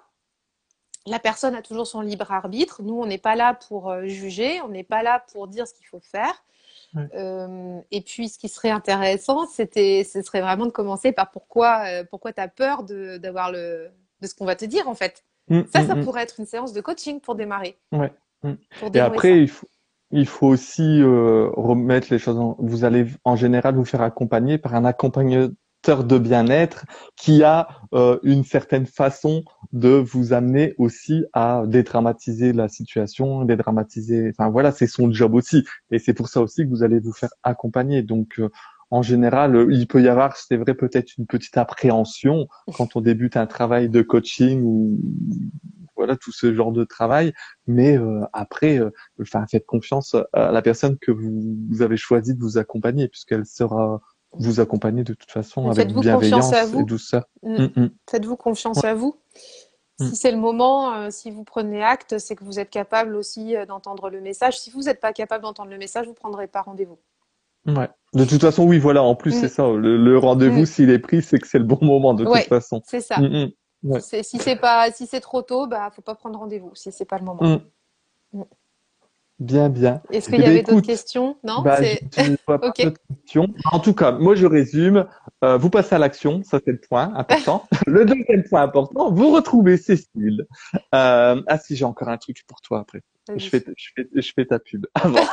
la personne a toujours son libre arbitre. Nous, on n'est pas là pour euh, juger, on n'est pas là pour dire ce qu'il faut faire. Ouais. Euh, et puis, ce qui serait intéressant, c'était, ce serait vraiment de commencer par pourquoi, euh, pourquoi tu as peur de, d'avoir le, de ce qu'on va te dire, en fait. Mm, Ça, mm, ça mm. pourrait être une séance de coaching pour démarrer, Ouais. Mm. pour Et dénouer ça. après, il faut, il faut aussi euh, remettre les choses en... Vous allez en général vous faire accompagner par un accompagnateur de bien-être qui a euh, une certaine façon de vous amener aussi à dédramatiser la situation, dédramatiser... Enfin voilà, c'est son job aussi. Et c'est pour ça aussi que vous allez vous faire accompagner. Donc, euh, en général, euh, il peut y avoir, c'est vrai, peut-être une petite appréhension quand on débute un travail de coaching ou voilà tout ce genre de travail. Mais euh, après, euh, enfin, faites confiance à la personne que vous, vous avez choisi de vous accompagner, puisqu'elle sera vous accompagner de toute façon avec Faites-vous confiance à bienveillance et vous. douceur. Mm. Mm, mm. Faites-vous confiance Ouais. à vous. Mm. Si c'est le moment, euh, si vous prenez acte, c'est que vous êtes capable aussi euh, d'entendre le message. Si vous n'êtes pas capable d'entendre le message, vous ne prendrez pas rendez-vous. Ouais. De toute façon, oui, voilà. En plus, Mm. c'est ça. Le, le rendez-vous, Mm. s'il est pris, c'est que c'est le bon moment de toute Ouais, façon. c'est ça. Mm, mm. Ouais. Si c'est, si c'est pas, si c'est trop tôt, bah faut pas prendre rendez-vous. Si c'est pas le moment. Mm. Mm. Bien, bien. Est-ce qu'il Eh y bien, avait d'autres écoute, questions? Non, bah, je c'est ne vois pas ok. d'autres questions. En tout cas, moi, je résume. Euh, vous passez à l'action, ça c'est le point important. Le deuxième point important, vous retrouvez Cécile. Euh, ah si, j'ai encore un truc pour toi après. Je Vas-y. fais, je fais, je fais ta pub avant.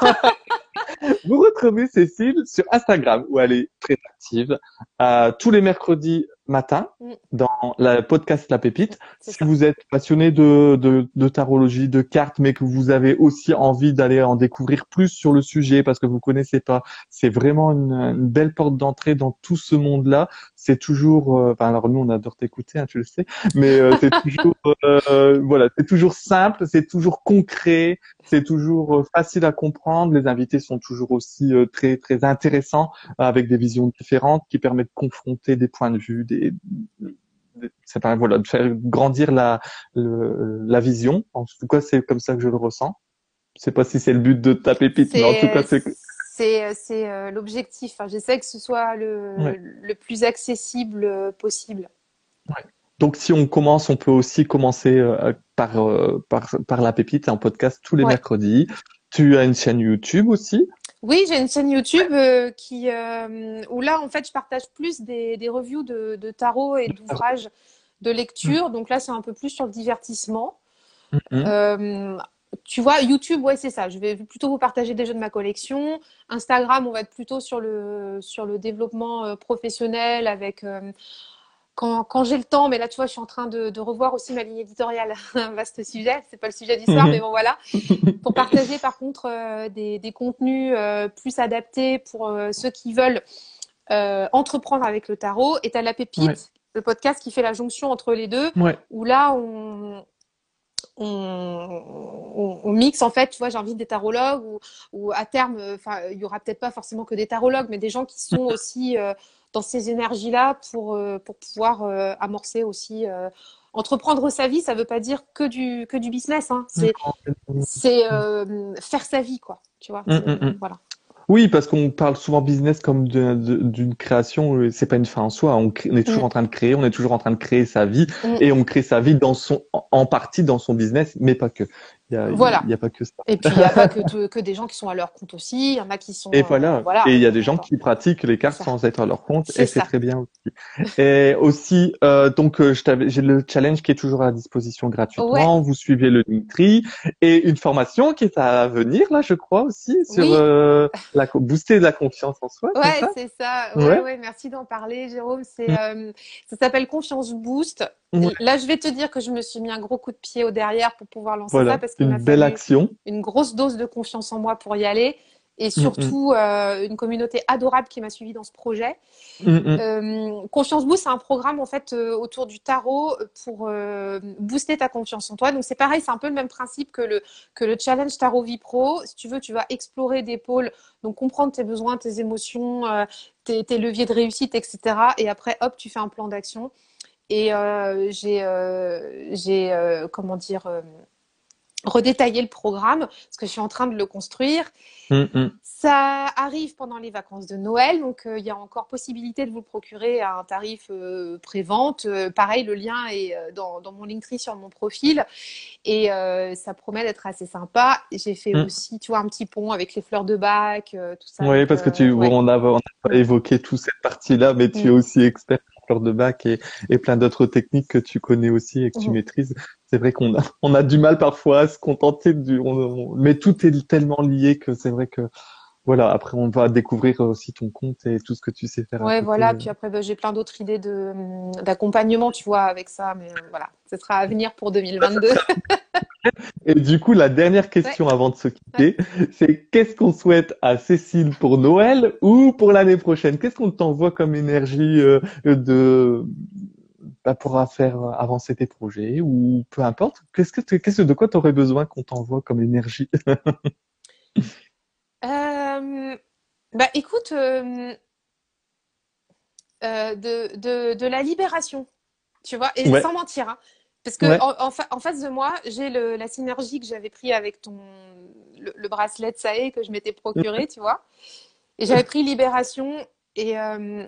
Vous retrouvez Cécile sur Instagram où elle est très active euh, tous les mercredis matin Mm. dans le podcast La Pépite. C'est Si ça. vous êtes passionné de, de, de tarologie, de cartes, mais que vous avez aussi envie d'aller en découvrir plus sur le sujet parce que vous connaissez pas, c'est vraiment une, une belle porte d'entrée dans tout ce monde-là. C'est toujours, euh, enfin, alors nous on adore t'écouter, hein, tu le sais, mais euh, c'est toujours, euh, voilà, c'est toujours simple, c'est toujours concret. C'est toujours euh, facile à comprendre. Les invités sont toujours aussi euh, très très intéressants, euh, avec des visions différentes qui permettent de confronter des points de vue, des, des- c'est pas voilà, de faire grandir la le- la vision. En tout cas, c'est comme ça que je le ressens. Je sais pas si c'est le but de ta pépite, mais en tout cas, C'est, c'est que- c'est, c'est euh, l'objectif. Enfin, j'essaie que ce soit le, ouais. le plus accessible euh, possible. Ouais. Donc, si on commence, on peut aussi commencer euh, par, euh, par par la pépite, un podcast tous les Ouais. mercredis. Tu as une chaîne YouTube aussi. Oui, j'ai une chaîne YouTube euh, qui euh, où là en fait je partage plus des, des reviews de, de tarot et d'ouvrages de lecture. Donc là c'est un peu plus sur le divertissement. Mhm. Euh, tu vois, YouTube, ouais, c'est ça. Je vais plutôt vous partager des jeux de ma collection. Instagram, on va être plutôt sur le sur le développement euh, professionnel avec euh, quand, quand j'ai le temps. Mais là, tu vois, je suis en train de, de revoir aussi ma ligne éditoriale. Un vaste sujet. C'est pas le sujet du soir, mais bon voilà. Pour partager par contre euh, des, des contenus euh, plus adaptés pour euh, ceux qui veulent euh, entreprendre avec le tarot. Et t'as la pépite, Ouais. le podcast qui fait la jonction entre les deux, Ouais. où là on, on, on, on mixe en fait, tu vois, j'invite des tarologues ou, ou à terme, enfin, il y aura peut-être pas forcément que des tarologues, mais des gens qui sont aussi euh, dans ces énergies-là pour euh, pour pouvoir euh, amorcer aussi. Euh, entreprendre sa vie, ça veut pas dire que du que du business, hein. C'est c'est euh, faire sa vie, quoi. Tu vois, Mm, c'est, mm, mm. voilà. Oui, parce qu'on parle souvent business comme de- de- d'une création, euh, c'est pas une fin en soi. On, crée- on est toujours Mm. en train de créer, on est toujours en train de créer sa vie Mm. et on crée sa vie dans son, en en partie dans son business, mais pas que. Il y a, Voilà. il y a pas que ça. Et puis il n'y a pas que, te- que des gens qui sont à leur compte aussi, il y en a qui sont Et euh, voilà. voilà, Et il y a des gens attends, qui pratiquent les c'est cartes ça. sans être à leur compte C'est et c'est ça. très bien aussi. Et aussi, euh, donc, euh, je t'avais, j'ai le challenge qui est toujours à disposition Ouais, gratuitement. Vous suivez le Linktree et une formation qui est à venir là, je crois aussi sur oui, euh, la co- booster la confiance en soi, c'est ouais, ça? c'est ça. Ouais, Ouais. ouais, merci d'en parler, Jérôme. C'est, euh, ça s'appelle Confiance Boost. Ouais. Là, je vais te dire que je me suis mis un gros coup de pied au derrière pour pouvoir lancer ça Voilà, parce qu'il une m'a belle fallu action. une grosse dose de confiance en moi pour y aller. et Mm, mm, surtout euh, une communauté adorable qui m'a suivie dans ce projet. mm, mm. Euh, Confiance Boost, c'est un programme en fait euh, autour du tarot pour euh, booster ta confiance en toi. Donc c'est pareil, c'est un peu le même principe que le que le challenge Tarot Vie Pro. Si tu veux, tu vas explorer des pôles, donc comprendre tes besoins, tes émotions, euh, tes, tes leviers de réussite, et cetera. Et après, hop, tu fais un plan d'action. Et euh, j'ai euh, j'ai euh, comment dire euh, redétaillé le programme parce que je suis en train de le construire. Mm, mm. Ça arrive pendant les vacances de Noël, donc il euh, y a encore possibilité de vous le procurer à un tarif euh, pré-vente. Euh, pareil, le lien est euh, dans, dans mon Linktree sur mon profil et euh, ça promet d'être assez sympa. J'ai fait Mm. aussi, tu vois, un petit pont avec les fleurs de bac, euh, tout ça. Oui, Donc, parce que tu, euh, bon, ouais. on a, on n'a pas Mm. évoqué toute cette partie-là, mais tu es Mm. aussi expert en fleur de bac et, et plein d'autres techniques que tu connais aussi et que tu Mm. maîtrises. C'est vrai qu'on a, on a du mal parfois à se contenter du, on- on- mais tout est tellement lié que c'est vrai que, voilà, après on va découvrir aussi ton compte et tout ce que tu sais faire à Ouais, côté. voilà. Puis après, bah, j'ai plein d'autres idées de, hum, d'accompagnement, tu vois, avec ça. Mais euh, voilà, ce sera à venir pour deux mille vingt-deux. Et du coup, la dernière Ouais, question avant de se ouais. quitter, c'est qu'est-ce qu'on souhaite à Cécile pour Noël ou pour l'année prochaine? Qu'est-ce qu'on t'envoie comme énergie euh, de bah, pour faire avancer tes projets ou peu importe. Qu'est-ce que t'es- qu'est-ce de quoi tu aurais besoin qu'on t'envoie comme énergie? Euh, bah, écoute, euh, euh, de, de, de la libération, tu vois, et Ouais, sans mentir, hein, parce que ouais. en, en, fa- en face de moi, j'ai le, la synergie que j'avais pris avec ton le, le bracelet de Sae que je m'étais procuré, tu vois, et j'avais pris libération et euh,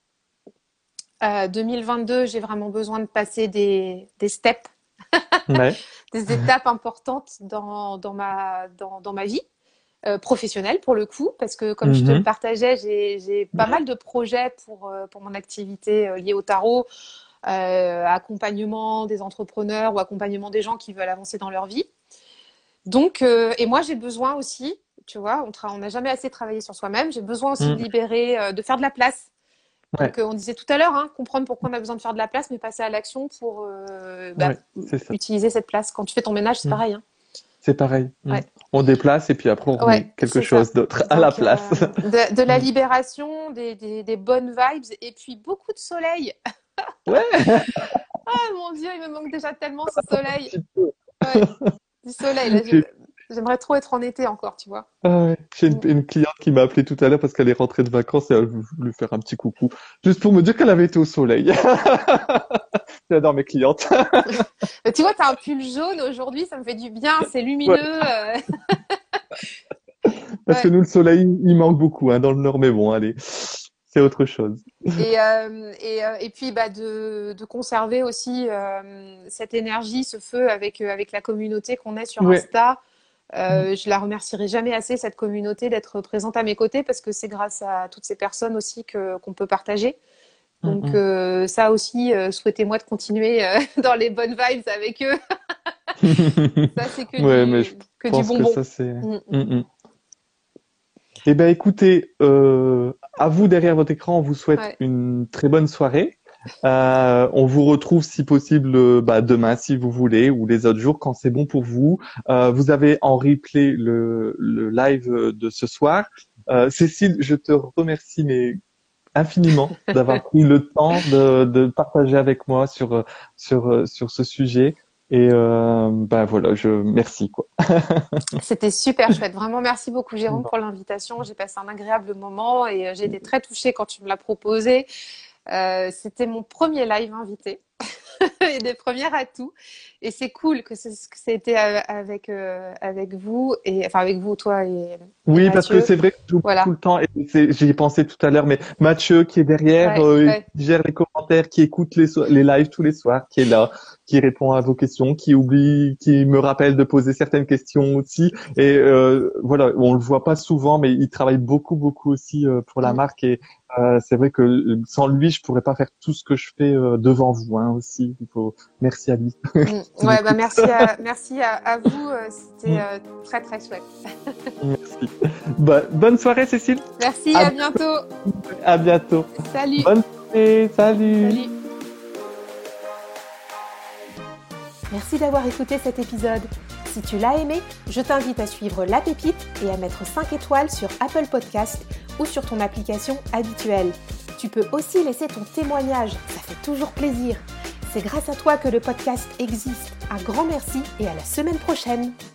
euh, deux mille vingt-deux, j'ai vraiment besoin de passer des, des steps, Ouais. des étapes importantes dans, dans ma dans, dans ma vie. Euh, professionnelle pour le coup, parce que comme je te le Mhm. partageais, j'ai, j'ai pas mal de projets pour, euh, pour mon activité euh, liée au tarot, euh, accompagnement des entrepreneurs ou accompagnement des gens qui veulent avancer dans leur vie. Donc, euh, et moi j'ai besoin aussi, tu vois, on tra- on n'a jamais assez travaillé sur soi-même, j'ai besoin aussi de Mhm. libérer, euh, de faire de la place. Ouais, Donc, euh, on disait tout à l'heure, hein, comprendre pourquoi on a besoin de faire de la place, mais passer à l'action pour euh, bah, ouais, c'est ça. utiliser cette place. Quand tu fais ton ménage, c'est Mhm. pareil. Hein. C'est pareil. Mhm. Ouais. On déplace et puis après on Ouais, remet quelque c'est ça. chose d'autre à la Donc, place. euh, de, de la Mhm. libération, des, des, des bonnes vibes et puis beaucoup de soleil. Ouais, Ah mon Dieu, il me manque déjà tellement ce un soleil. petit peu. Ouais, du soleil. Là, J'ai j'ai- j'aimerais trop être en été encore, tu vois. ah ouais. J'ai une, Mm. une cliente qui m'a appelé tout à l'heure parce qu'elle est rentrée de vacances et elle voulait lui faire un petit coucou, juste pour me dire qu'elle avait été au soleil. J'adore mes clientes. Mais tu vois, t'as un pull jaune aujourd'hui, ça me fait du bien, c'est Ouais. lumineux. euh, Parce que Ouais. nous, le soleil, il manque beaucoup hein, dans le nord, mais bon, allez, c'est autre chose. Et, euh, et, euh, et puis bah, de, de conserver aussi euh, cette énergie, ce feu avec, euh, avec la communauté qu'on est sur Ouais. Insta. Euh, je la remercierai jamais assez, cette communauté, d'être présente à mes côtés parce que c'est grâce à toutes ces personnes aussi que, qu'on peut partager. Donc Mm, euh, ça aussi, euh, souhaitez-moi de continuer euh, dans les bonnes vibes avec eux. mm. Ça, c'est que Ouais, mais je du, que du pense que bonbon. ça, c'est... Mm, mm. Mm, mm. Eh ben, écoutez, euh, à vous derrière votre écran, on vous souhaite Ouais. une très bonne soirée. Euh, on vous retrouve si possible euh, bah, demain si vous voulez ou les autres jours quand c'est bon pour vous. Euh, vous avez en replay le, le live de ce soir. Euh, Cécile, je te remercie mais infiniment d'avoir pris le temps de, de partager avec moi sur euh, sur euh, sur ce sujet. Et euh, ben voilà, je merci quoi. C'était super chouette. Vraiment, merci beaucoup, Jérôme, Bon. pour l'invitation. J'ai passé un agréable moment et euh, j'ai été très touchée quand tu me l'as proposé. Euh, c'était mon premier live invité. Et des premières à tout. Et c'est cool que ce- que ça ait été euh, avec, euh, avec vous, et, enfin avec vous, toi et, et Oui, parce que Mathieu. c'est vrai que j'oublie tout Voilà. le temps et c'est- j'y ai pensé tout à l'heure, mais Mathieu qui est derrière, Ouais, euh, ouais. qui gère les commentaires, qui écoute les, so- les lives tous les soirs, qui est là, qui répond à vos questions, qui oublie, qui me rappelle de poser certaines questions aussi. Et euh, voilà, on le voit pas souvent, mais il travaille beaucoup, beaucoup aussi euh, pour la Mm, marque. Et euh, c'est vrai que euh, sans lui, je pourrais pas faire tout ce que je fais euh, devant vous hein, aussi. Il faut merci à lui mm. qui Ouais, bah m'écoute. merci à, merci à, à vous. euh, C'était Mm, euh, très, très chouette. merci. Bah, bonne soirée, Cécile. Merci, À, à bientôt. à bientôt. Salut. Bonne soirée, salut. Salut. Merci d'avoir écouté cet épisode. Si tu l'as aimé, je t'invite à suivre La Pépite et à mettre cinq étoiles sur Apple Podcast ou sur ton application habituelle. Tu peux aussi laisser ton témoignage, ça fait toujours plaisir. C'est grâce à toi que le podcast existe. Un grand merci et à la semaine prochaine.